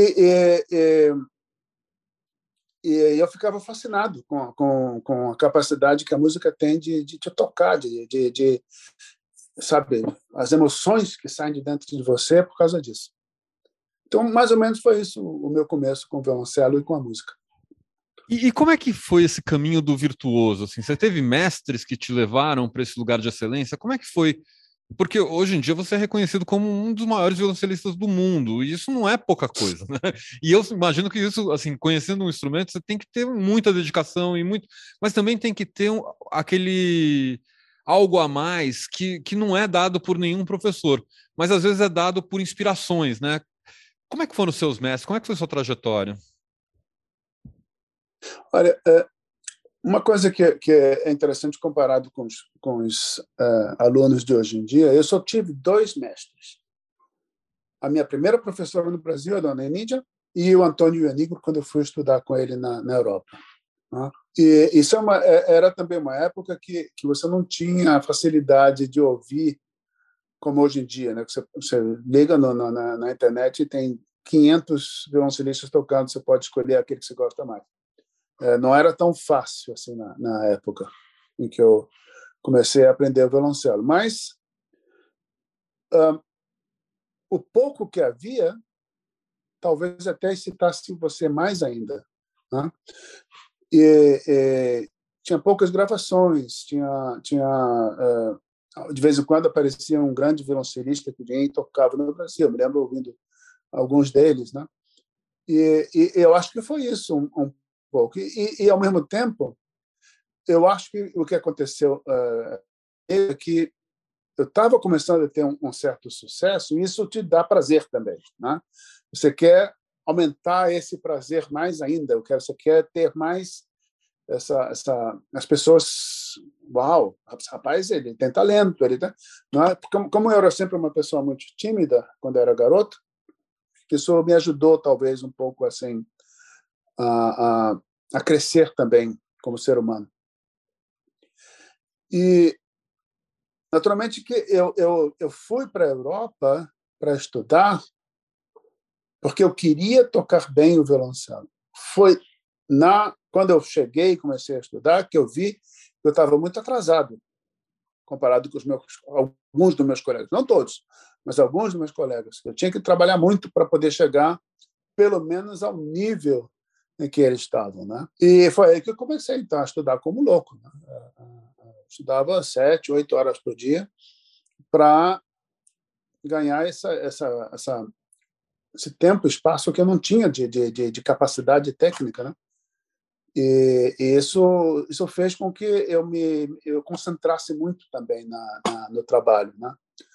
E eu ficava fascinado com a capacidade que a música tem de te tocar, de sabe, as emoções que saem de dentro de você por causa disso. Então, mais ou menos foi isso o meu começo com o violoncelo e com a música. E como é que foi esse caminho do virtuoso? Assim, você teve mestres que te levaram para esse lugar de excelência? Como é que foi? Porque hoje em dia você é reconhecido como um dos maiores violoncelistas do mundo, e isso não é pouca coisa, né? E eu imagino que isso, assim, conhecendo um instrumento, você tem que ter muita dedicação e muito, mas também tem que ter aquele algo a mais que não é dado por nenhum professor, mas às vezes é dado por inspirações, né? Como é que foram os seus mestres? Como é que foi a sua trajetória? Olha, uma coisa que é interessante comparado com os alunos de hoje em dia, eu só tive 2 mestres. A minha primeira professora no Brasil, a dona Enídia, e o Antônio Ianigro, quando eu fui estudar com ele na Europa. Né? E isso era também uma época que você não tinha a facilidade de ouvir como hoje em dia, né? Você liga na internet e tem 500 violoncelistas tocando, você pode escolher aquele que você gosta mais. Não era tão fácil assim na época em que eu comecei a aprender o violoncelo, mas o pouco que havia talvez até excitasse você mais ainda, né? Tinha poucas gravações, de vez em quando aparecia um grande violoncelista que vinha e tocava no Brasil. Eu me lembro ouvindo alguns deles, né? E eu acho que foi isso um pouco. E ao mesmo tempo, eu acho que o que aconteceu é que eu estava começando a ter um certo sucesso, e isso te dá prazer também, né? Você quer aumentar esse prazer mais ainda, você quer ter mais as pessoas, uau, rapaz, ele tem talento, não é? Como eu era sempre uma pessoa muito tímida quando eu era garoto, isso me ajudou talvez um pouco assim a crescer também como ser humano. E naturalmente que eu fui para a Europa para estudar porque eu queria tocar bem o violoncelo. Foi quando eu cheguei e comecei a estudar que eu vi que eu estava muito atrasado comparado com alguns dos meus colegas, não todos, mas alguns dos meus colegas. Eu tinha que trabalhar muito para poder chegar pelo menos ao nível em que eles estavam, né? E foi aí que eu comecei então a estudar como louco, né? Estudava 7, 8 horas por dia para ganhar esse tempo, espaço que eu não tinha de capacidade técnica, né? E isso fez com que eu concentrasse muito também no trabalho, né?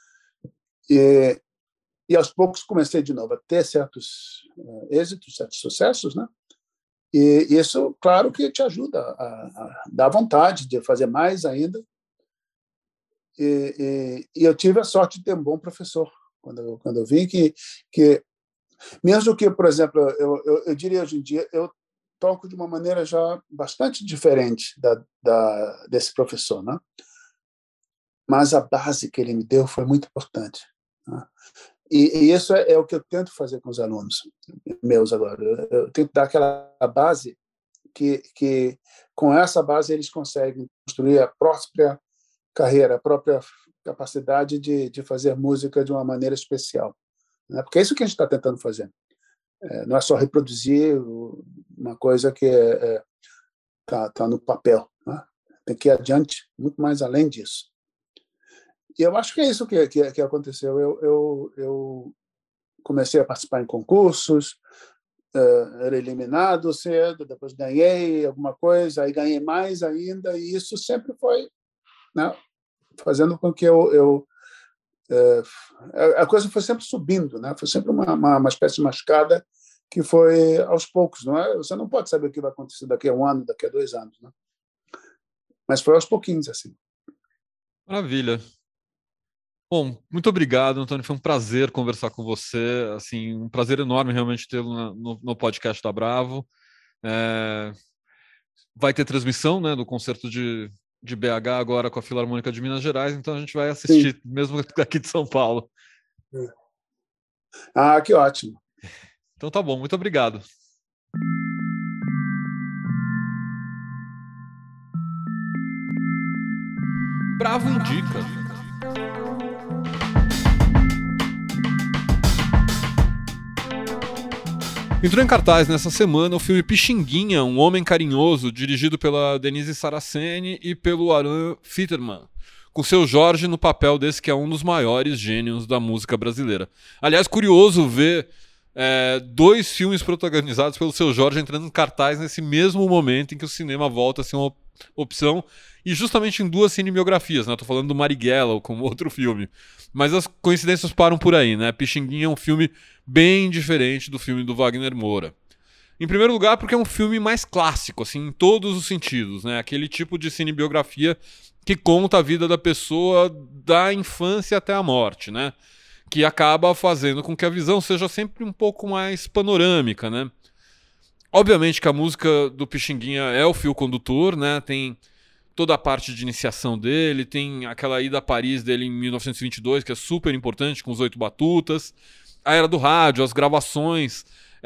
E aos poucos comecei de novo a ter certos êxitos, certos sucessos, né? E isso, claro, que te ajuda a dar vontade de fazer mais ainda. E eu tive a sorte de ter um bom professor quando eu vi que mesmo que, por exemplo, eu diria hoje em dia, eu toco de uma maneira já bastante diferente desse professor, né? mas a base que ele me deu foi muito importante. Né? E isso é o que eu tento fazer com os alunos meus agora. Eu tento dar aquela base que com essa base eles conseguem construir a própria carreira, a própria capacidade de fazer música de uma maneira especial. Né? Porque é isso que a gente está tentando fazer. Não é só reproduzir uma coisa que tá no papel. Né? Tem que ir adiante, muito mais além disso. E eu acho que é isso que aconteceu. Eu comecei a participar em concursos, era eliminado cedo, depois ganhei alguma coisa, aí ganhei mais ainda, e isso sempre foi, né, fazendo com que a coisa foi sempre subindo, né? Foi sempre uma espécie de uma escada que foi aos poucos. Não é? Você não pode saber o que vai acontecer daqui a 1 ano, daqui a 2 anos. Né? Mas foi aos pouquinhos, assim. Maravilha. Bom, muito obrigado, Antônio. Foi um prazer conversar com você. Assim, um prazer enorme realmente tê-lo no podcast da Bravo. Vai ter transmissão, né, do concerto de BH agora com a Filarmônica de Minas Gerais, então a gente vai assistir, sim, mesmo aqui de São Paulo. Ah, que ótimo. Então tá bom, muito obrigado. Bravo Indica. Entrou em cartaz nessa semana o filme Pixinguinha, Um Homem Carinhoso, dirigido pela Denise Saraceni e pelo Aaron Fitterman, com seu Jorge no papel desse que é um dos maiores gênios da música brasileira. Aliás, curioso ver 2 filmes protagonizados pelo seu Jorge entrando em cartaz nesse mesmo momento em que o cinema volta a ser uma opção, e justamente em 2 cinebiografias, né? Tô falando do Marighella, como outro filme. Mas as coincidências param por aí, né? Pixinguinha é um filme bem diferente do filme do Wagner Moura. Em primeiro lugar, porque é um filme mais clássico, assim, em todos os sentidos, né? Aquele tipo de cinebiografia que conta a vida da pessoa da infância até a morte, né? Que acaba fazendo com que a visão seja sempre um pouco mais panorâmica, né? Obviamente que a música do Pixinguinha é o fio condutor, né? Tem toda a parte de iniciação dele, tem aquela ida a Paris dele em 1922, que é super importante, com os 8 batutas, a era do rádio, as gravações,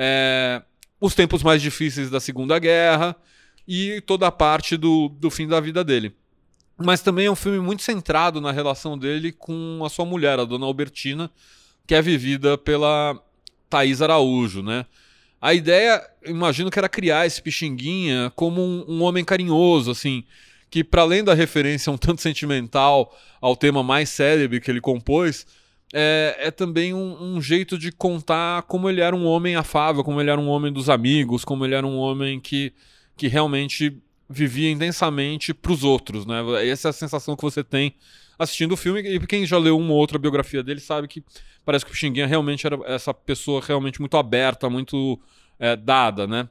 os tempos mais difíceis da Segunda Guerra e toda a parte do fim da vida dele. Mas também é um filme muito centrado na relação dele com a sua mulher, a dona Albertina, que é vivida pela Thaís Araújo, né? A ideia, imagino que era criar esse Pixinguinha como um homem carinhoso, assim, que para além da referência um tanto sentimental ao tema mais célebre que ele compôs, é também um jeito de contar como ele era um homem afável, como ele era um homem dos amigos, como ele era um homem que realmente vivia intensamente para os outros, né? Essa é a sensação que você tem assistindo o filme, e quem já leu uma ou outra biografia dele sabe que parece que o Pixinguinha realmente era essa pessoa realmente muito aberta, muito dada, né?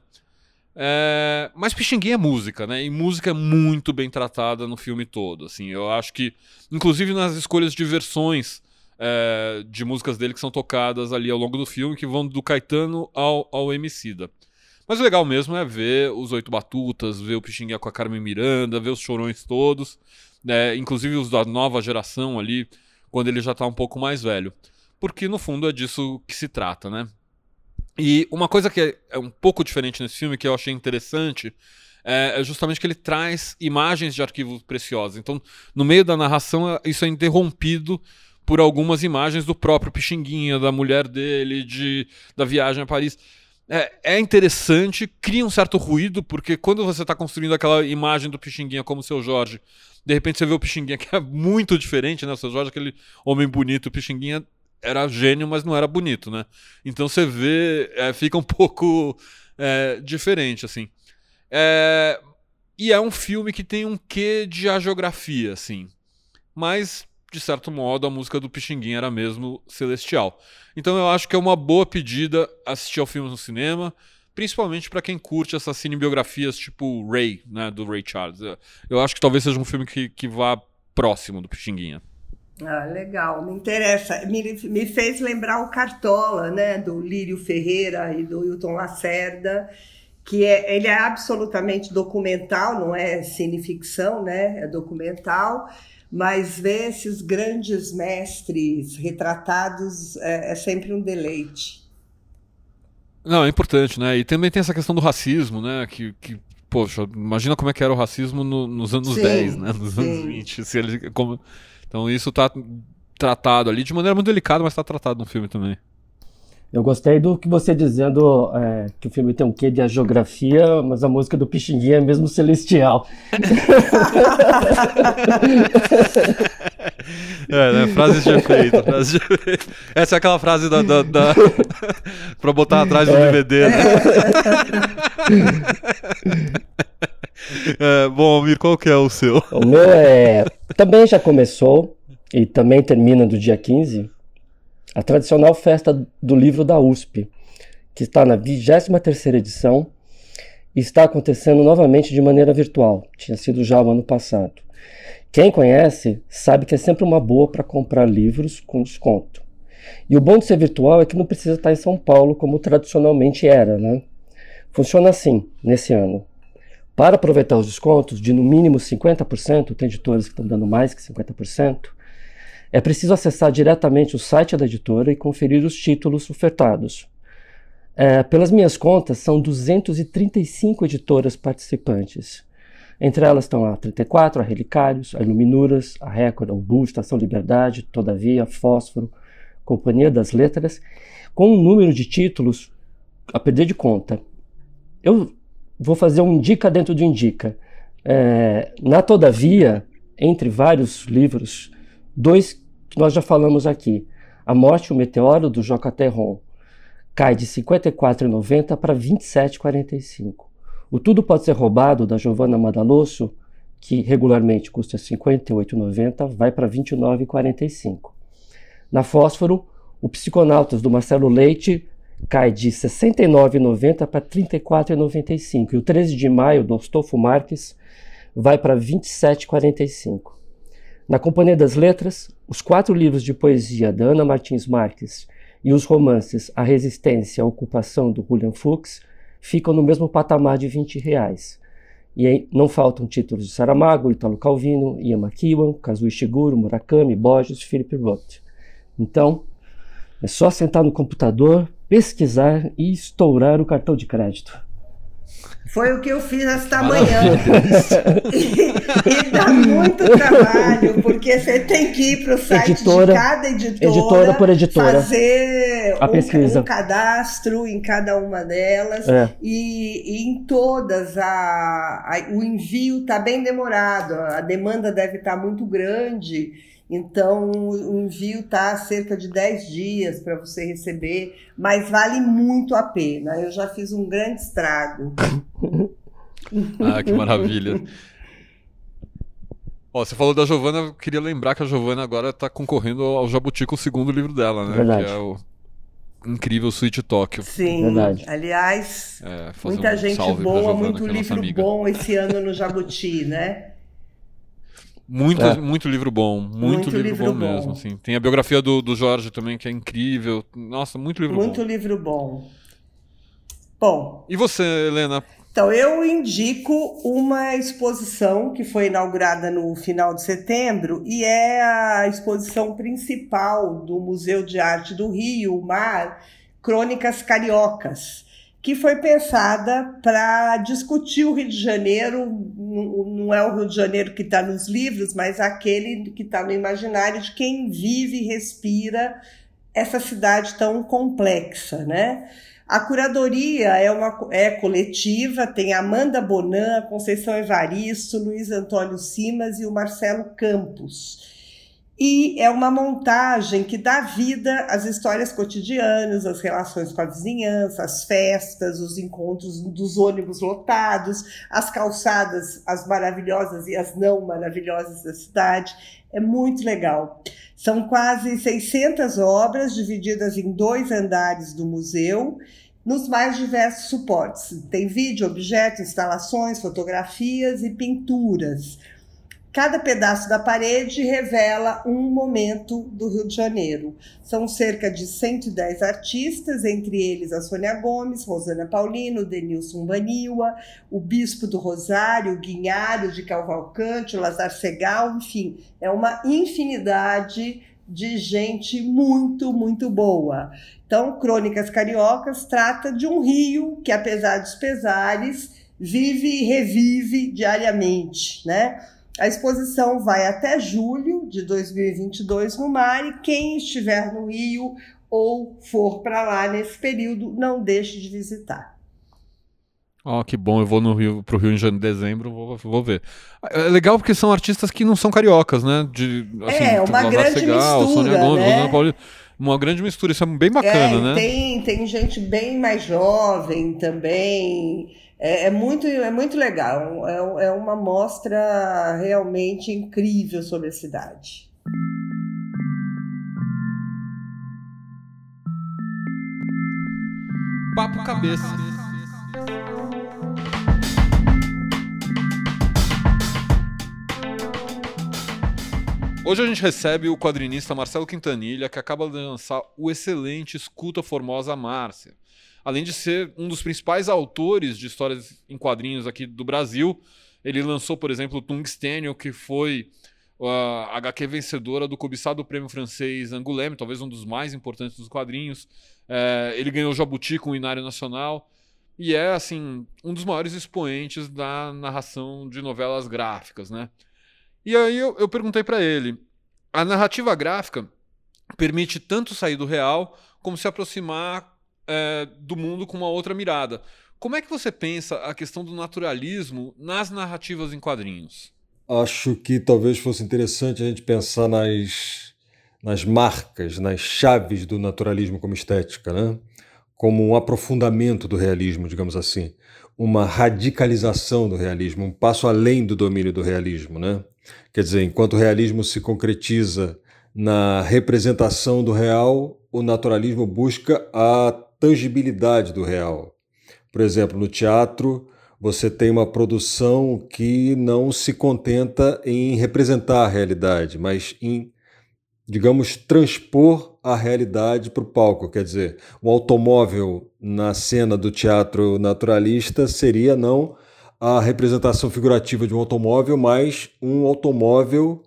Mas Pixinguinha é música, né? E música é muito bem tratada no filme todo, assim. Eu acho que, inclusive nas escolhas de versões de músicas dele que são tocadas ali ao longo do filme, que vão do Caetano ao Emicida. Mas o legal mesmo é ver os 8 batutas, ver o Pixinguinha com a Carmen Miranda, ver os chorões todos, né? Inclusive os da nova geração ali, quando ele já tá um pouco mais velho. Porque no fundo é disso que se trata, né? E uma coisa que é um pouco diferente nesse filme, que eu achei interessante, é justamente que ele traz imagens de arquivos preciosos. Então, no meio da narração, isso é interrompido por algumas imagens do próprio Pixinguinha, da mulher dele, da viagem a Paris. É interessante, cria um certo ruído, porque quando você está construindo aquela imagem do Pixinguinha como seu Jorge, de repente você vê o Pixinguinha que é muito diferente, né? O seu Jorge, aquele homem bonito, o Pixinguinha era gênio, mas não era bonito, né? Então você vê, fica um pouco diferente, assim. E é um filme que tem um quê de hagiografia, assim. Mas, de certo modo, a música do Pixinguinha era mesmo celestial. Então eu acho que é uma boa pedida assistir ao filme no cinema, principalmente para quem curte essas cinebiografias tipo Ray, né, do Ray Charles. Eu acho que talvez seja um filme que vá próximo do Pixinguinha. Ah, legal, me interessa. Me fez lembrar o Cartola, né, do Lírio Ferreira e do Hilton Lacerda, que ele é absolutamente documental, não é cineficção, né, é documental, mas ver esses grandes mestres retratados é sempre um deleite. Não, é importante, né? E também tem essa questão do racismo, né? Poxa, imagina como é que era o racismo nos anos 10, né? Nos anos 20. Então isso tá tratado ali de maneira muito delicada, mas tá tratado no filme também. Eu gostei do que você dizendo que o filme tem um quê de geografia, mas a música do Pixinguinha é mesmo celestial. Né? Frases de efeito. Essa é aquela frase pra botar atrás do DVD, né? Bom, Almir, qual que é o seu? O meu também já começou e também termina do dia 15. A tradicional festa do livro da USP, que está na 23ª edição e está acontecendo novamente de maneira virtual. Tinha sido já o ano passado. Quem conhece sabe que é sempre uma boa para comprar livros com desconto. E o bom de ser virtual é que não precisa estar em São Paulo como tradicionalmente era, né? Funciona assim, nesse ano. Para aproveitar os descontos de no mínimo 50%, tem editoras que estão dando mais que 50%, é preciso acessar diretamente o site da editora e conferir os títulos ofertados. Pelas minhas contas, são 235 editoras participantes. Entre elas estão a 34, a Relicários, a Iluminuras, a Record, a Ubu, Estação Liberdade, Todavia, Fósforo, Companhia das Letras, com um número de títulos a perder de conta. Eu vou fazer um indica dentro de indica. Na Todavia, entre vários livros, 2 que nós já falamos aqui. A Morte e o Meteoro, do Joca Terron, cai de R$ 54,90 para R$ 27,45. O Tudo Pode Ser Roubado, da Giovanna Madalosso, que regularmente custa R$ 58,90, vai para R$ 29,45. Na Fósforo, o Psiconautas, do Marcelo Leite, cai de R$ 69,90 para R$ 34,95. E o 13 de Maio, do Astolfo Marques, vai para R$ 27,45. Na Companhia das Letras, os 4 livros de poesia da Ana Martins Marques e os romances A Resistência e a Ocupação, do William Fuchs, ficam no mesmo patamar de R$ 20. E aí não faltam títulos de Saramago, Italo Calvino, Ian McEwan, Kazuo Ishiguro, Murakami, Borges, Philip Roth. Então, é só sentar no computador, pesquisar e estourar o cartão de crédito. Foi o que eu fiz esta manhã. E dá muito trabalho, porque você tem que ir para o site de cada editora por editora, fazer a pesquisa. Um cadastro em cada uma delas. E em todas o envio está bem demorado, a demanda deve estar muito grande. Então, o envio está a cerca de 10 dias para você receber, mas vale muito a pena. Eu já fiz um grande estrago. Que maravilha. Você falou da Giovanna, eu queria lembrar que a Giovanna agora está concorrendo ao Jabuti com o 2º livro dela, né? Verdade. Que é o incrível Sweet Tóquio. Sim, verdade. Aliás, muita gente boa, Giovanna, muito livro bom esse ano no Jabuti, né? Muito livro bom, muito livro bom mesmo. Assim. Tem a biografia do Jorge também, que é incrível. Nossa, muito livro bom. Muito livro bom. Bom. E você, Helena? Então, eu indico uma exposição que foi inaugurada no final de setembro e é a exposição principal do Museu de Arte do Rio, MAR, Crônicas Cariocas, que foi pensada para discutir o Rio de Janeiro. Não é o Rio de Janeiro que está nos livros, mas aquele que está no imaginário de quem vive e respira essa cidade tão complexa, né? A curadoria é coletiva, tem Amanda Bonan, Conceição Evaristo, Luiz Antônio Simas e o Marcelo Campos. E é uma montagem que dá vida às histórias cotidianas, às relações com a vizinhança, às festas, os encontros dos ônibus lotados, as calçadas, as maravilhosas e as não maravilhosas da cidade. É muito legal. São quase 600 obras divididas em 2 andares do museu, nos mais diversos suportes. Tem vídeo, objetos, instalações, fotografias e pinturas. Cada pedaço da parede revela um momento do Rio de Janeiro. São cerca de 110 artistas, entre eles a Sônia Gomes, Rosana Paulino, Denilson Baniwa, o Bispo do Rosário, o Guinharo de Cavalcante, o Lazar Segal, enfim, é uma infinidade de gente muito, muito boa. Então, Crônicas Cariocas trata de um Rio que, apesar dos pesares, vive e revive diariamente, né? A exposição vai até julho de 2022 no MAR, e quem estiver no Rio ou for para lá nesse período, não deixe de visitar. Que bom, eu vou pro Rio em dezembro, vou ver. É legal porque são artistas que não são cariocas, né? Uma grande mistura, Sônia Gomes, né? Rosana Paulino, uma grande mistura, isso é bem bacana, né? Tem gente bem mais jovem também. É muito legal, é uma mostra realmente incrível sobre a cidade. Papo Cabeça. Hoje a gente recebe o quadrinista Marcelo Quintanilha, que acaba de lançar o excelente Escuta Formosa Márcia. Além de ser um dos principais autores de histórias em quadrinhos aqui do Brasil, ele lançou, por exemplo, o Tungstênio, que foi a HQ vencedora do cobiçado prêmio francês Angoulême, talvez um dos mais importantes dos quadrinhos. Ele ganhou o Jabuti com o Inário Nacional e é, assim, um dos maiores expoentes da narração de novelas gráficas, né? E aí eu perguntei para ele, a narrativa gráfica permite tanto sair do real como se aproximar do mundo com uma outra mirada. Como é que você pensa a questão do naturalismo nas narrativas em quadrinhos? Acho que talvez fosse interessante a gente pensar nas marcas, nas chaves do naturalismo como estética, né? Como um aprofundamento do realismo, digamos assim, uma radicalização do realismo, um passo além do domínio do realismo, né? Quer dizer, enquanto o realismo se concretiza na representação do real, o naturalismo busca a tangibilidade do real. Por exemplo, no teatro, você tem uma produção que não se contenta em representar a realidade, mas em, digamos, transpor a realidade para o palco. Quer dizer, um automóvel na cena do teatro naturalista seria não a representação figurativa de um automóvel, mas um automóvel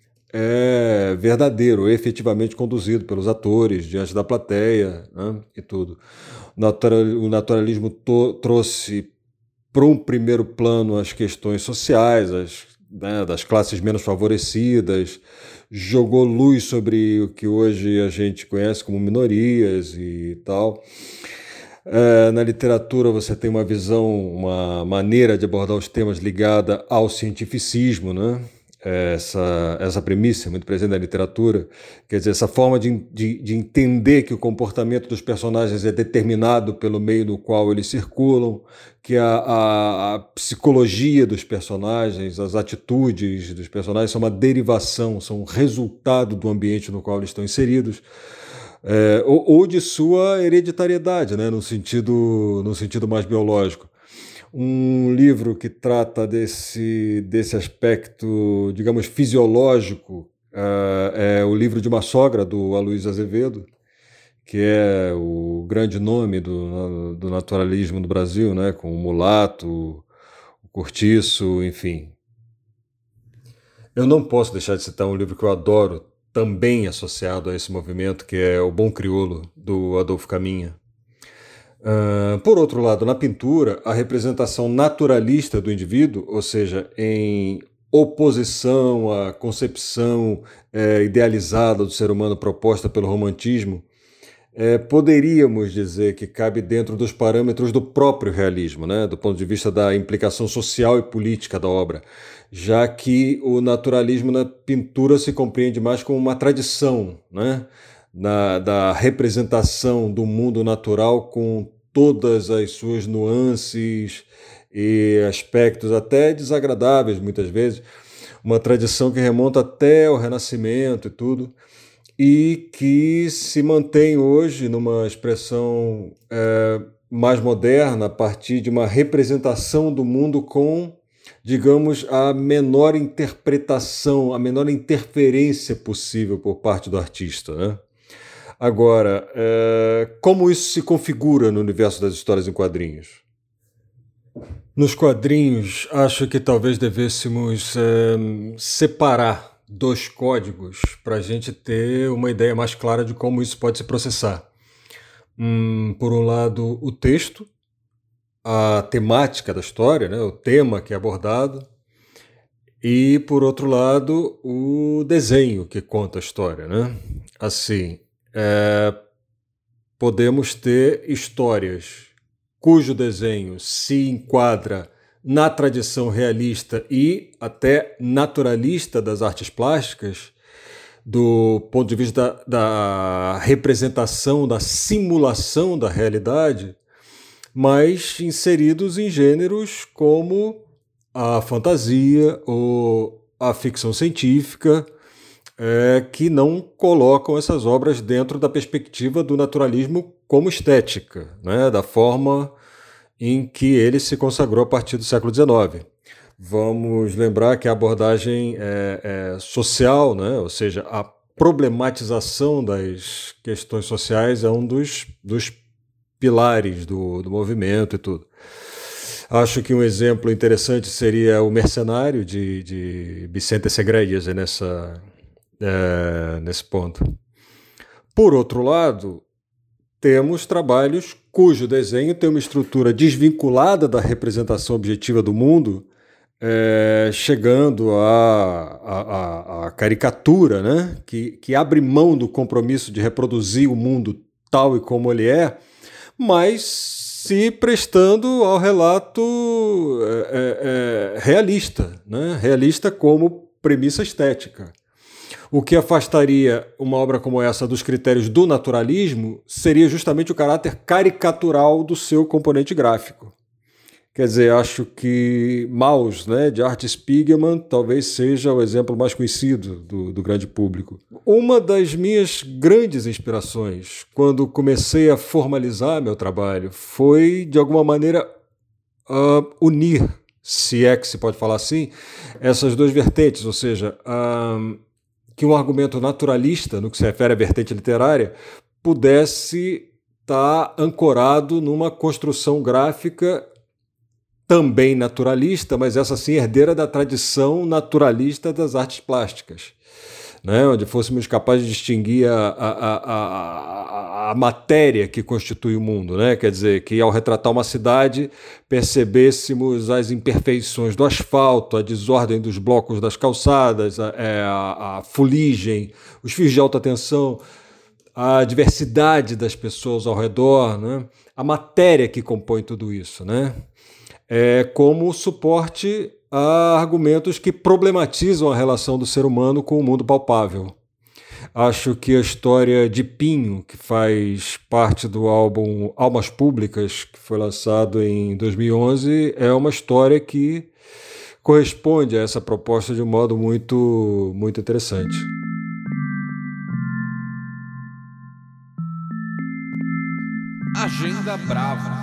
verdadeiro, efetivamente conduzido pelos atores diante da plateia, né, e tudo. O naturalismo trouxe para um primeiro plano as questões sociais, das classes menos favorecidas, jogou luz sobre o que hoje a gente conhece como minorias e tal. Na literatura você tem uma visão, uma maneira de abordar os temas ligada ao cientificismo, né? Essa premissa é muito presente na literatura, quer dizer, essa forma de entender que o comportamento dos personagens é determinado pelo meio no qual eles circulam, que a psicologia dos personagens, as atitudes dos personagens são uma derivação, são um resultado do ambiente no qual eles estão inseridos, ou de sua hereditariedade, né, no sentido mais biológico. Um livro que trata desse aspecto, digamos, fisiológico, é o livro de uma sogra, do Aloysio Azevedo, que é o grande nome do naturalismo no Brasil, né, com o Mulato, o Cortiço, enfim. Eu não posso deixar de citar um livro que eu adoro, também associado a esse movimento, que é O Bom Crioulo, do Adolfo Caminha. Por outro lado, na pintura, a representação naturalista do indivíduo, ou seja, em oposição à concepção idealizada do ser humano proposta pelo romantismo, poderíamos dizer que cabe dentro dos parâmetros do próprio realismo, né, do ponto de vista da implicação social e política da obra, já que o naturalismo na pintura se compreende mais como uma tradição, né, da representação do mundo natural com todas as suas nuances e aspectos até desagradáveis muitas vezes, uma tradição que remonta até o Renascimento e tudo, e que se mantém hoje numa expressão mais moderna a partir de uma representação do mundo com digamos, a menor interpretação, a menor interferência possível por parte do artista, né? Agora, como isso se configura no universo das histórias em quadrinhos? Nos quadrinhos, acho que talvez devêssemos separar 2 códigos para a gente ter uma ideia mais clara de como isso pode se processar. Por um lado, o texto, a temática da história, né, o tema que é abordado, e, por outro lado, o desenho que conta a história, né? Assim, podemos ter histórias cujo desenho se enquadra na tradição realista e até naturalista das artes plásticas, do ponto de vista da representação, da simulação da realidade, mas inseridos em gêneros como a fantasia ou a ficção científica, que não colocam essas obras dentro da perspectiva do naturalismo como estética, né, da forma em que ele se consagrou a partir do século XIX. Vamos lembrar que a abordagem social, né, ou seja, a problematização das questões sociais é um dos pilares do movimento e tudo. Acho que um exemplo interessante seria O Mercenário, de Vicente Segredes, nesse ponto. Por outro lado, temos trabalhos cujo desenho tem uma estrutura desvinculada da representação objetiva do mundo, chegando à caricatura, né? que abre mão do compromisso de reproduzir o mundo tal e como ele é, mas se prestando ao relato realista, né? Realista como premissa estética. O que afastaria uma obra como essa dos critérios do naturalismo seria justamente o caráter caricatural do seu componente gráfico. Quer dizer, acho que Maus, né, de Art Spiegelman, talvez seja o exemplo mais conhecido do grande público. Uma das minhas grandes inspirações, quando comecei a formalizar meu trabalho, foi, de alguma maneira, unir, se é que se pode falar assim, essas 2 vertentes, ou seja, que um argumento naturalista, no que se refere à vertente literária, pudesse estar ancorado numa construção gráfica também naturalista, mas essa sim herdeira da tradição naturalista das artes plásticas, né? Onde fôssemos capazes de distinguir a matéria que constitui o mundo, né? Quer dizer, que ao retratar uma cidade percebêssemos as imperfeições do asfalto, a desordem dos blocos das calçadas, a fuligem, os fios de alta tensão, a diversidade das pessoas ao redor, né? A matéria que compõe tudo isso, né? Como suporte a argumentos que problematizam a relação do ser humano com o mundo palpável. Acho que a história de Pinho, que faz parte do álbum Almas Públicas, que foi lançado em 2011, é uma história que corresponde a essa proposta de um modo muito, muito interessante. Agenda Brava.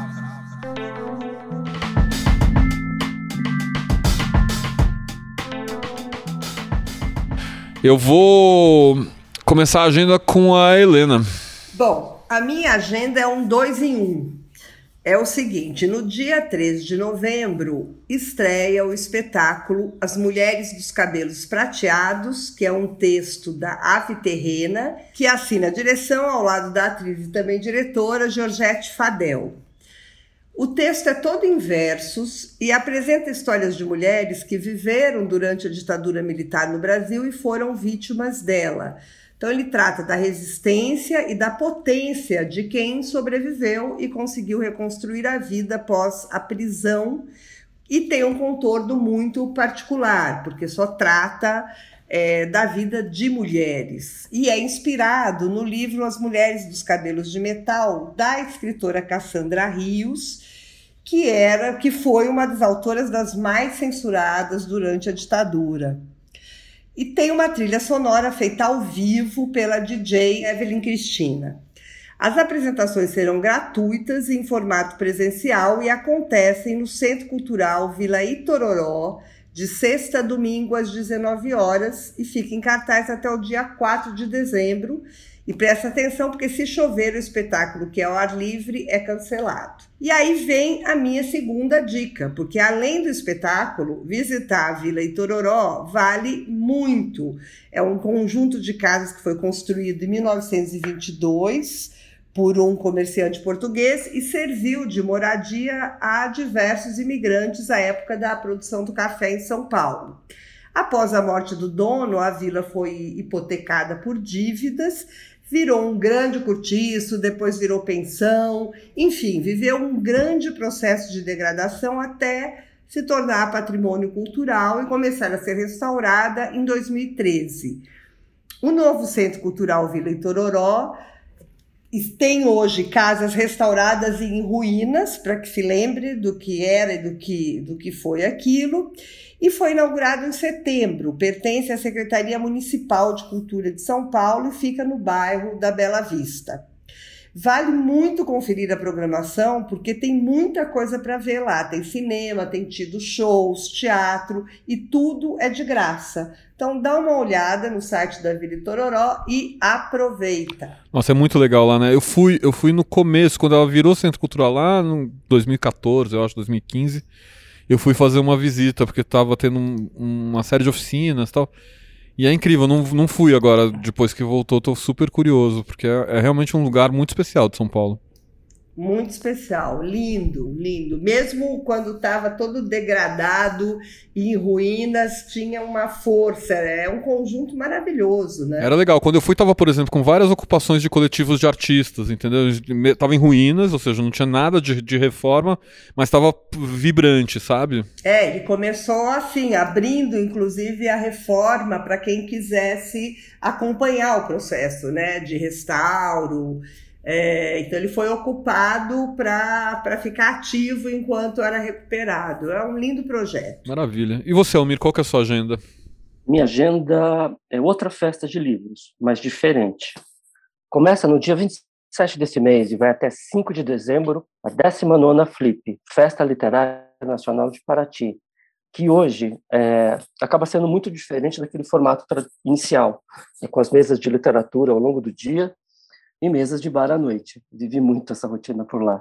Eu vou começar a agenda com a Helena. Bom, a minha agenda é um 2 em 1. É o seguinte, no dia 13 de novembro, estreia o espetáculo As Mulheres dos Cabelos Prateados, que é um texto da Ave Terrena, que assina a direção ao lado da atriz e também diretora Georgette Fadel. O texto é todo em versos e apresenta histórias de mulheres que viveram durante a ditadura militar no Brasil e foram vítimas dela. Então ele trata da resistência e da potência de quem sobreviveu e conseguiu reconstruir a vida após a prisão, e tem um contorno muito particular, porque só trata da vida de mulheres. E é inspirado no livro As Mulheres dos Cabelos de Metal, da escritora Cassandra Rios, que foi uma das autoras das mais censuradas durante a ditadura. E tem uma trilha sonora feita ao vivo pela DJ Evelyn Cristina. As apresentações serão gratuitas em formato presencial e acontecem no Centro Cultural Vila Itororó, de sexta a domingo às 19 horas, e fica em cartaz até o dia 4 de dezembro. E presta atenção, porque se chover o espetáculo, que é ao ar livre, é cancelado. E aí vem a minha segunda dica, porque além do espetáculo, visitar a Vila Itororó vale muito. É um conjunto de casas que foi construído em 1922 por um comerciante português e serviu de moradia a diversos imigrantes à época da produção do café em São Paulo. Após a morte do dono, a vila foi hipotecada por dívidas, virou um grande cortiço, depois virou pensão, enfim, viveu um grande processo de degradação até se tornar patrimônio cultural e começar a ser restaurada em 2013. O novo Centro Cultural Vila Itororó tem hoje casas restauradas em ruínas, para que se lembre do que era e do que foi aquilo, e foi inaugurado em setembro. Pertence à Secretaria Municipal de Cultura de São Paulo e fica no bairro da Bela Vista. Vale muito conferir a programação, porque tem muita coisa para ver lá. Tem cinema, tem tido shows, teatro, e tudo é de graça. Então dá uma olhada no site da Vila Itororó e aproveita. Nossa, é muito legal lá, né? Eu fui no começo, quando ela virou Centro Cultural lá, em 2014, eu acho, 2015. Eu fui fazer uma visita, porque estava tendo uma série de oficinas e tal. E é incrível, não fui agora, depois que voltou, tô super curioso, porque é realmente um lugar muito especial de São Paulo. Muito especial, lindo, lindo. Mesmo quando estava todo degradado e em ruínas, tinha uma força. É um conjunto maravilhoso, né? Era legal. Quando eu fui, tava, por exemplo, com várias ocupações de coletivos de artistas, entendeu? Tava em ruínas, ou seja, não tinha nada de reforma, mas tava vibrante, sabe? Ele começou assim, abrindo inclusive a reforma para quem quisesse acompanhar o processo, né, de restauro. Então ele foi ocupado para ficar ativo enquanto era recuperado. É um lindo projeto. Maravilha. E você, Almir, qual que é a sua agenda? Minha agenda é outra festa de livros, mas diferente. Começa no dia 27 desse mês e vai até 5 de dezembro, a 19ª Flip, Festa Literária Nacional de Paraty, que hoje acaba sendo muito diferente daquele formato inicial, com as mesas de literatura ao longo do dia e mesas de bar à noite. Vivi muito essa rotina por lá.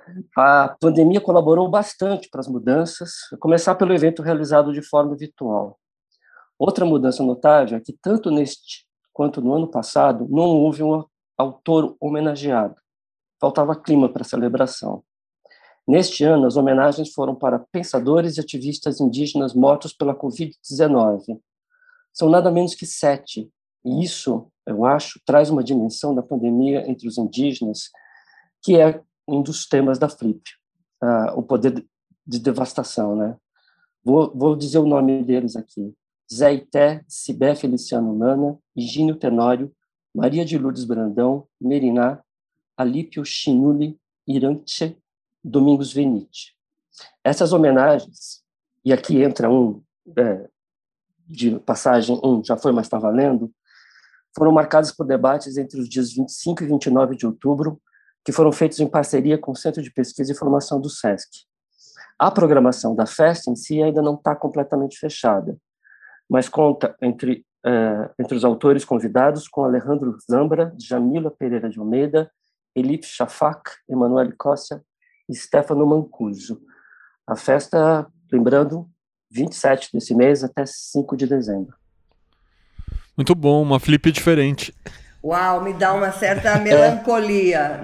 A pandemia colaborou bastante para as mudanças, a começar pelo evento realizado de forma virtual. Outra mudança notável é que, tanto neste quanto no ano passado, não houve um autor homenageado. Faltava clima para a celebração. Neste ano, as homenagens foram para pensadores e ativistas indígenas mortos pela Covid-19. São nada menos que 7. E isso, eu acho, traz uma dimensão da pandemia entre os indígenas, que é um dos temas da Flip, o poder de devastação, né? Vou dizer o nome deles aqui. Zé Ité, Cibé Feliciano Mana, Higínio Tenório, Maria de Lourdes Brandão, Meriná, Alípio Chinuli, Irante, Domingos Venite. Essas homenagens, e aqui entra de passagem, já foi, mas está valendo, foram marcadas por debates entre os dias 25 e 29 de outubro, que foram feitos em parceria com o Centro de Pesquisa e Formação do SESC. A programação da festa em si ainda não está completamente fechada, mas conta entre os autores convidados com Alejandro Zambra, Jamila Pereira de Almeida, Elif Shafak, Emanuele Cossia e Stefano Mancuso. A festa, lembrando, 27 desse mês até 5 de dezembro. Muito bom, uma Flip diferente. Uau, me dá uma certa melancolia,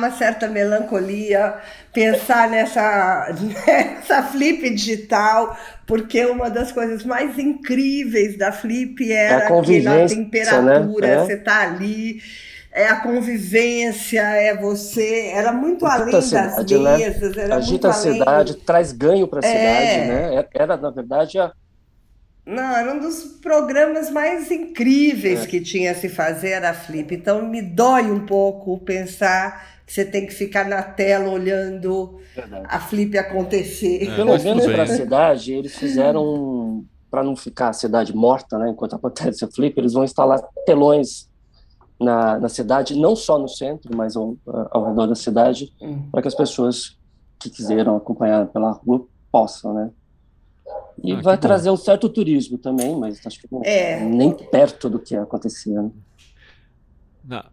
pensar nessa Flip digital, porque uma das coisas mais incríveis da Flip era que na temperatura, né? Você está ali, é a convivência, é você, era muito além das mesas, era agita muito além. A cidade, traz ganho para a cidade, né? Era, na verdade, Não, era um dos programas mais incríveis que tinha a se fazer a Flip. Então me dói um pouco pensar que você tem que ficar na tela olhando a Flip acontecer. Pelo menos para a cidade, eles fizeram, para não ficar a cidade morta, né, enquanto acontece a Flip, eles vão instalar telões na cidade, não só no centro, mas ao redor da cidade, para que as pessoas que quiseram acompanhar pela rua possam, né? E vai trazer um certo turismo também, mas acho que nem perto do que acontecia, né? Não.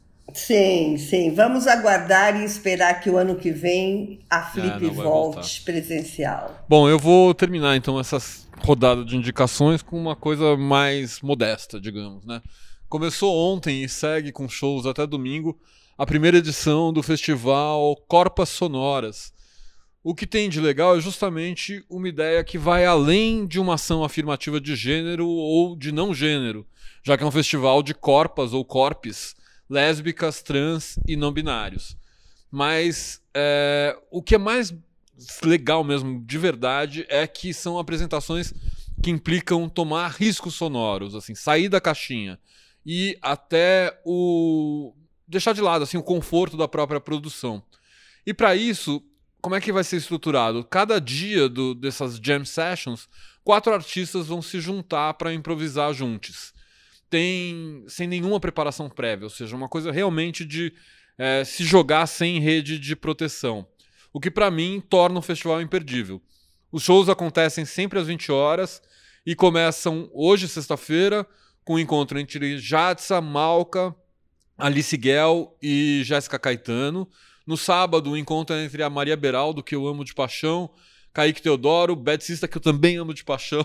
Sim. Vamos aguardar e esperar que o ano que vem a Flip volte presencial. Bom, eu vou terminar então essa rodada de indicações com uma coisa mais modesta, digamos, né? Começou ontem e segue com shows até domingo a primeira edição do festival Corpas Sonoras. O que tem de legal é justamente uma ideia que vai além de uma ação afirmativa de gênero ou de não gênero, já que é um festival de corpas ou corpes, lésbicas, trans e não binários. Mas o que é mais legal mesmo, de verdade, é que são apresentações que implicam tomar riscos sonoros, assim, sair da caixinha e até deixar de lado assim, o conforto da própria produção. E para isso, como é que vai ser estruturado? Cada dia dessas jam sessions, 4 artistas vão se juntar para improvisar juntos. Sem nenhuma preparação prévia, ou seja, uma coisa realmente de se jogar sem rede de proteção. O que para mim torna o festival imperdível. Os shows acontecem sempre às 20 horas e começam hoje, sexta-feira, com um encontro entre Jadsa, Malca, Alice Guel e Jéssica Caetano. No sábado, o encontro é entre a Maria Beraldo, que eu amo de paixão, Kaique Teodoro, Bad Sister, que eu também amo de paixão,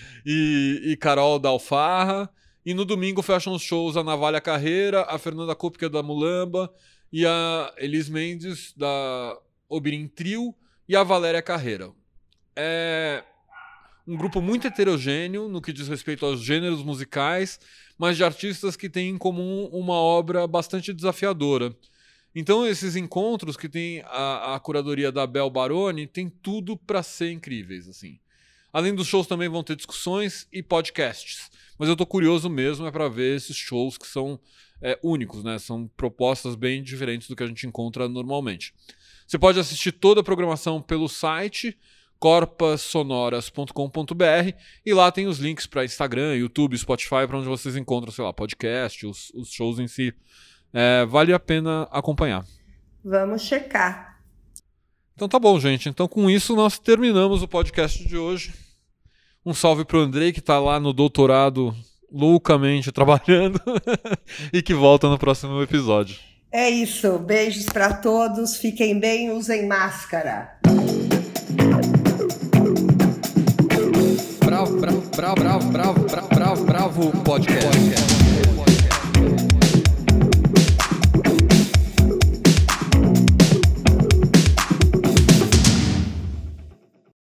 e Carol da Alfarra. E no domingo fecham os shows a Navalha Carreira, a Fernanda Kupka da Mulamba, e a Elis Mendes da Obirim Trio e a Valéria Carreira. É um grupo muito heterogêneo no que diz respeito aos gêneros musicais, mas de artistas que têm em comum uma obra bastante desafiadora. Então esses encontros que tem a curadoria da Bel Baroni tem tudo para ser incríveis, assim. Além dos shows também vão ter discussões e podcasts. Mas eu tô curioso mesmo para ver esses shows que são únicos, né? São propostas bem diferentes do que a gente encontra normalmente. Você pode assistir toda a programação pelo site corpassonoras.com.br e lá tem os links para Instagram, YouTube, Spotify, para onde vocês encontram, sei lá, podcast, os shows em si. Vale a pena acompanhar. Vamos checar. Então tá bom, gente. Então com isso nós terminamos o podcast de hoje. Um salve pro Andrei, que tá lá no doutorado loucamente trabalhando e que volta no próximo episódio. É isso. Beijos para todos. Fiquem bem, usem máscara. Bravo podcast.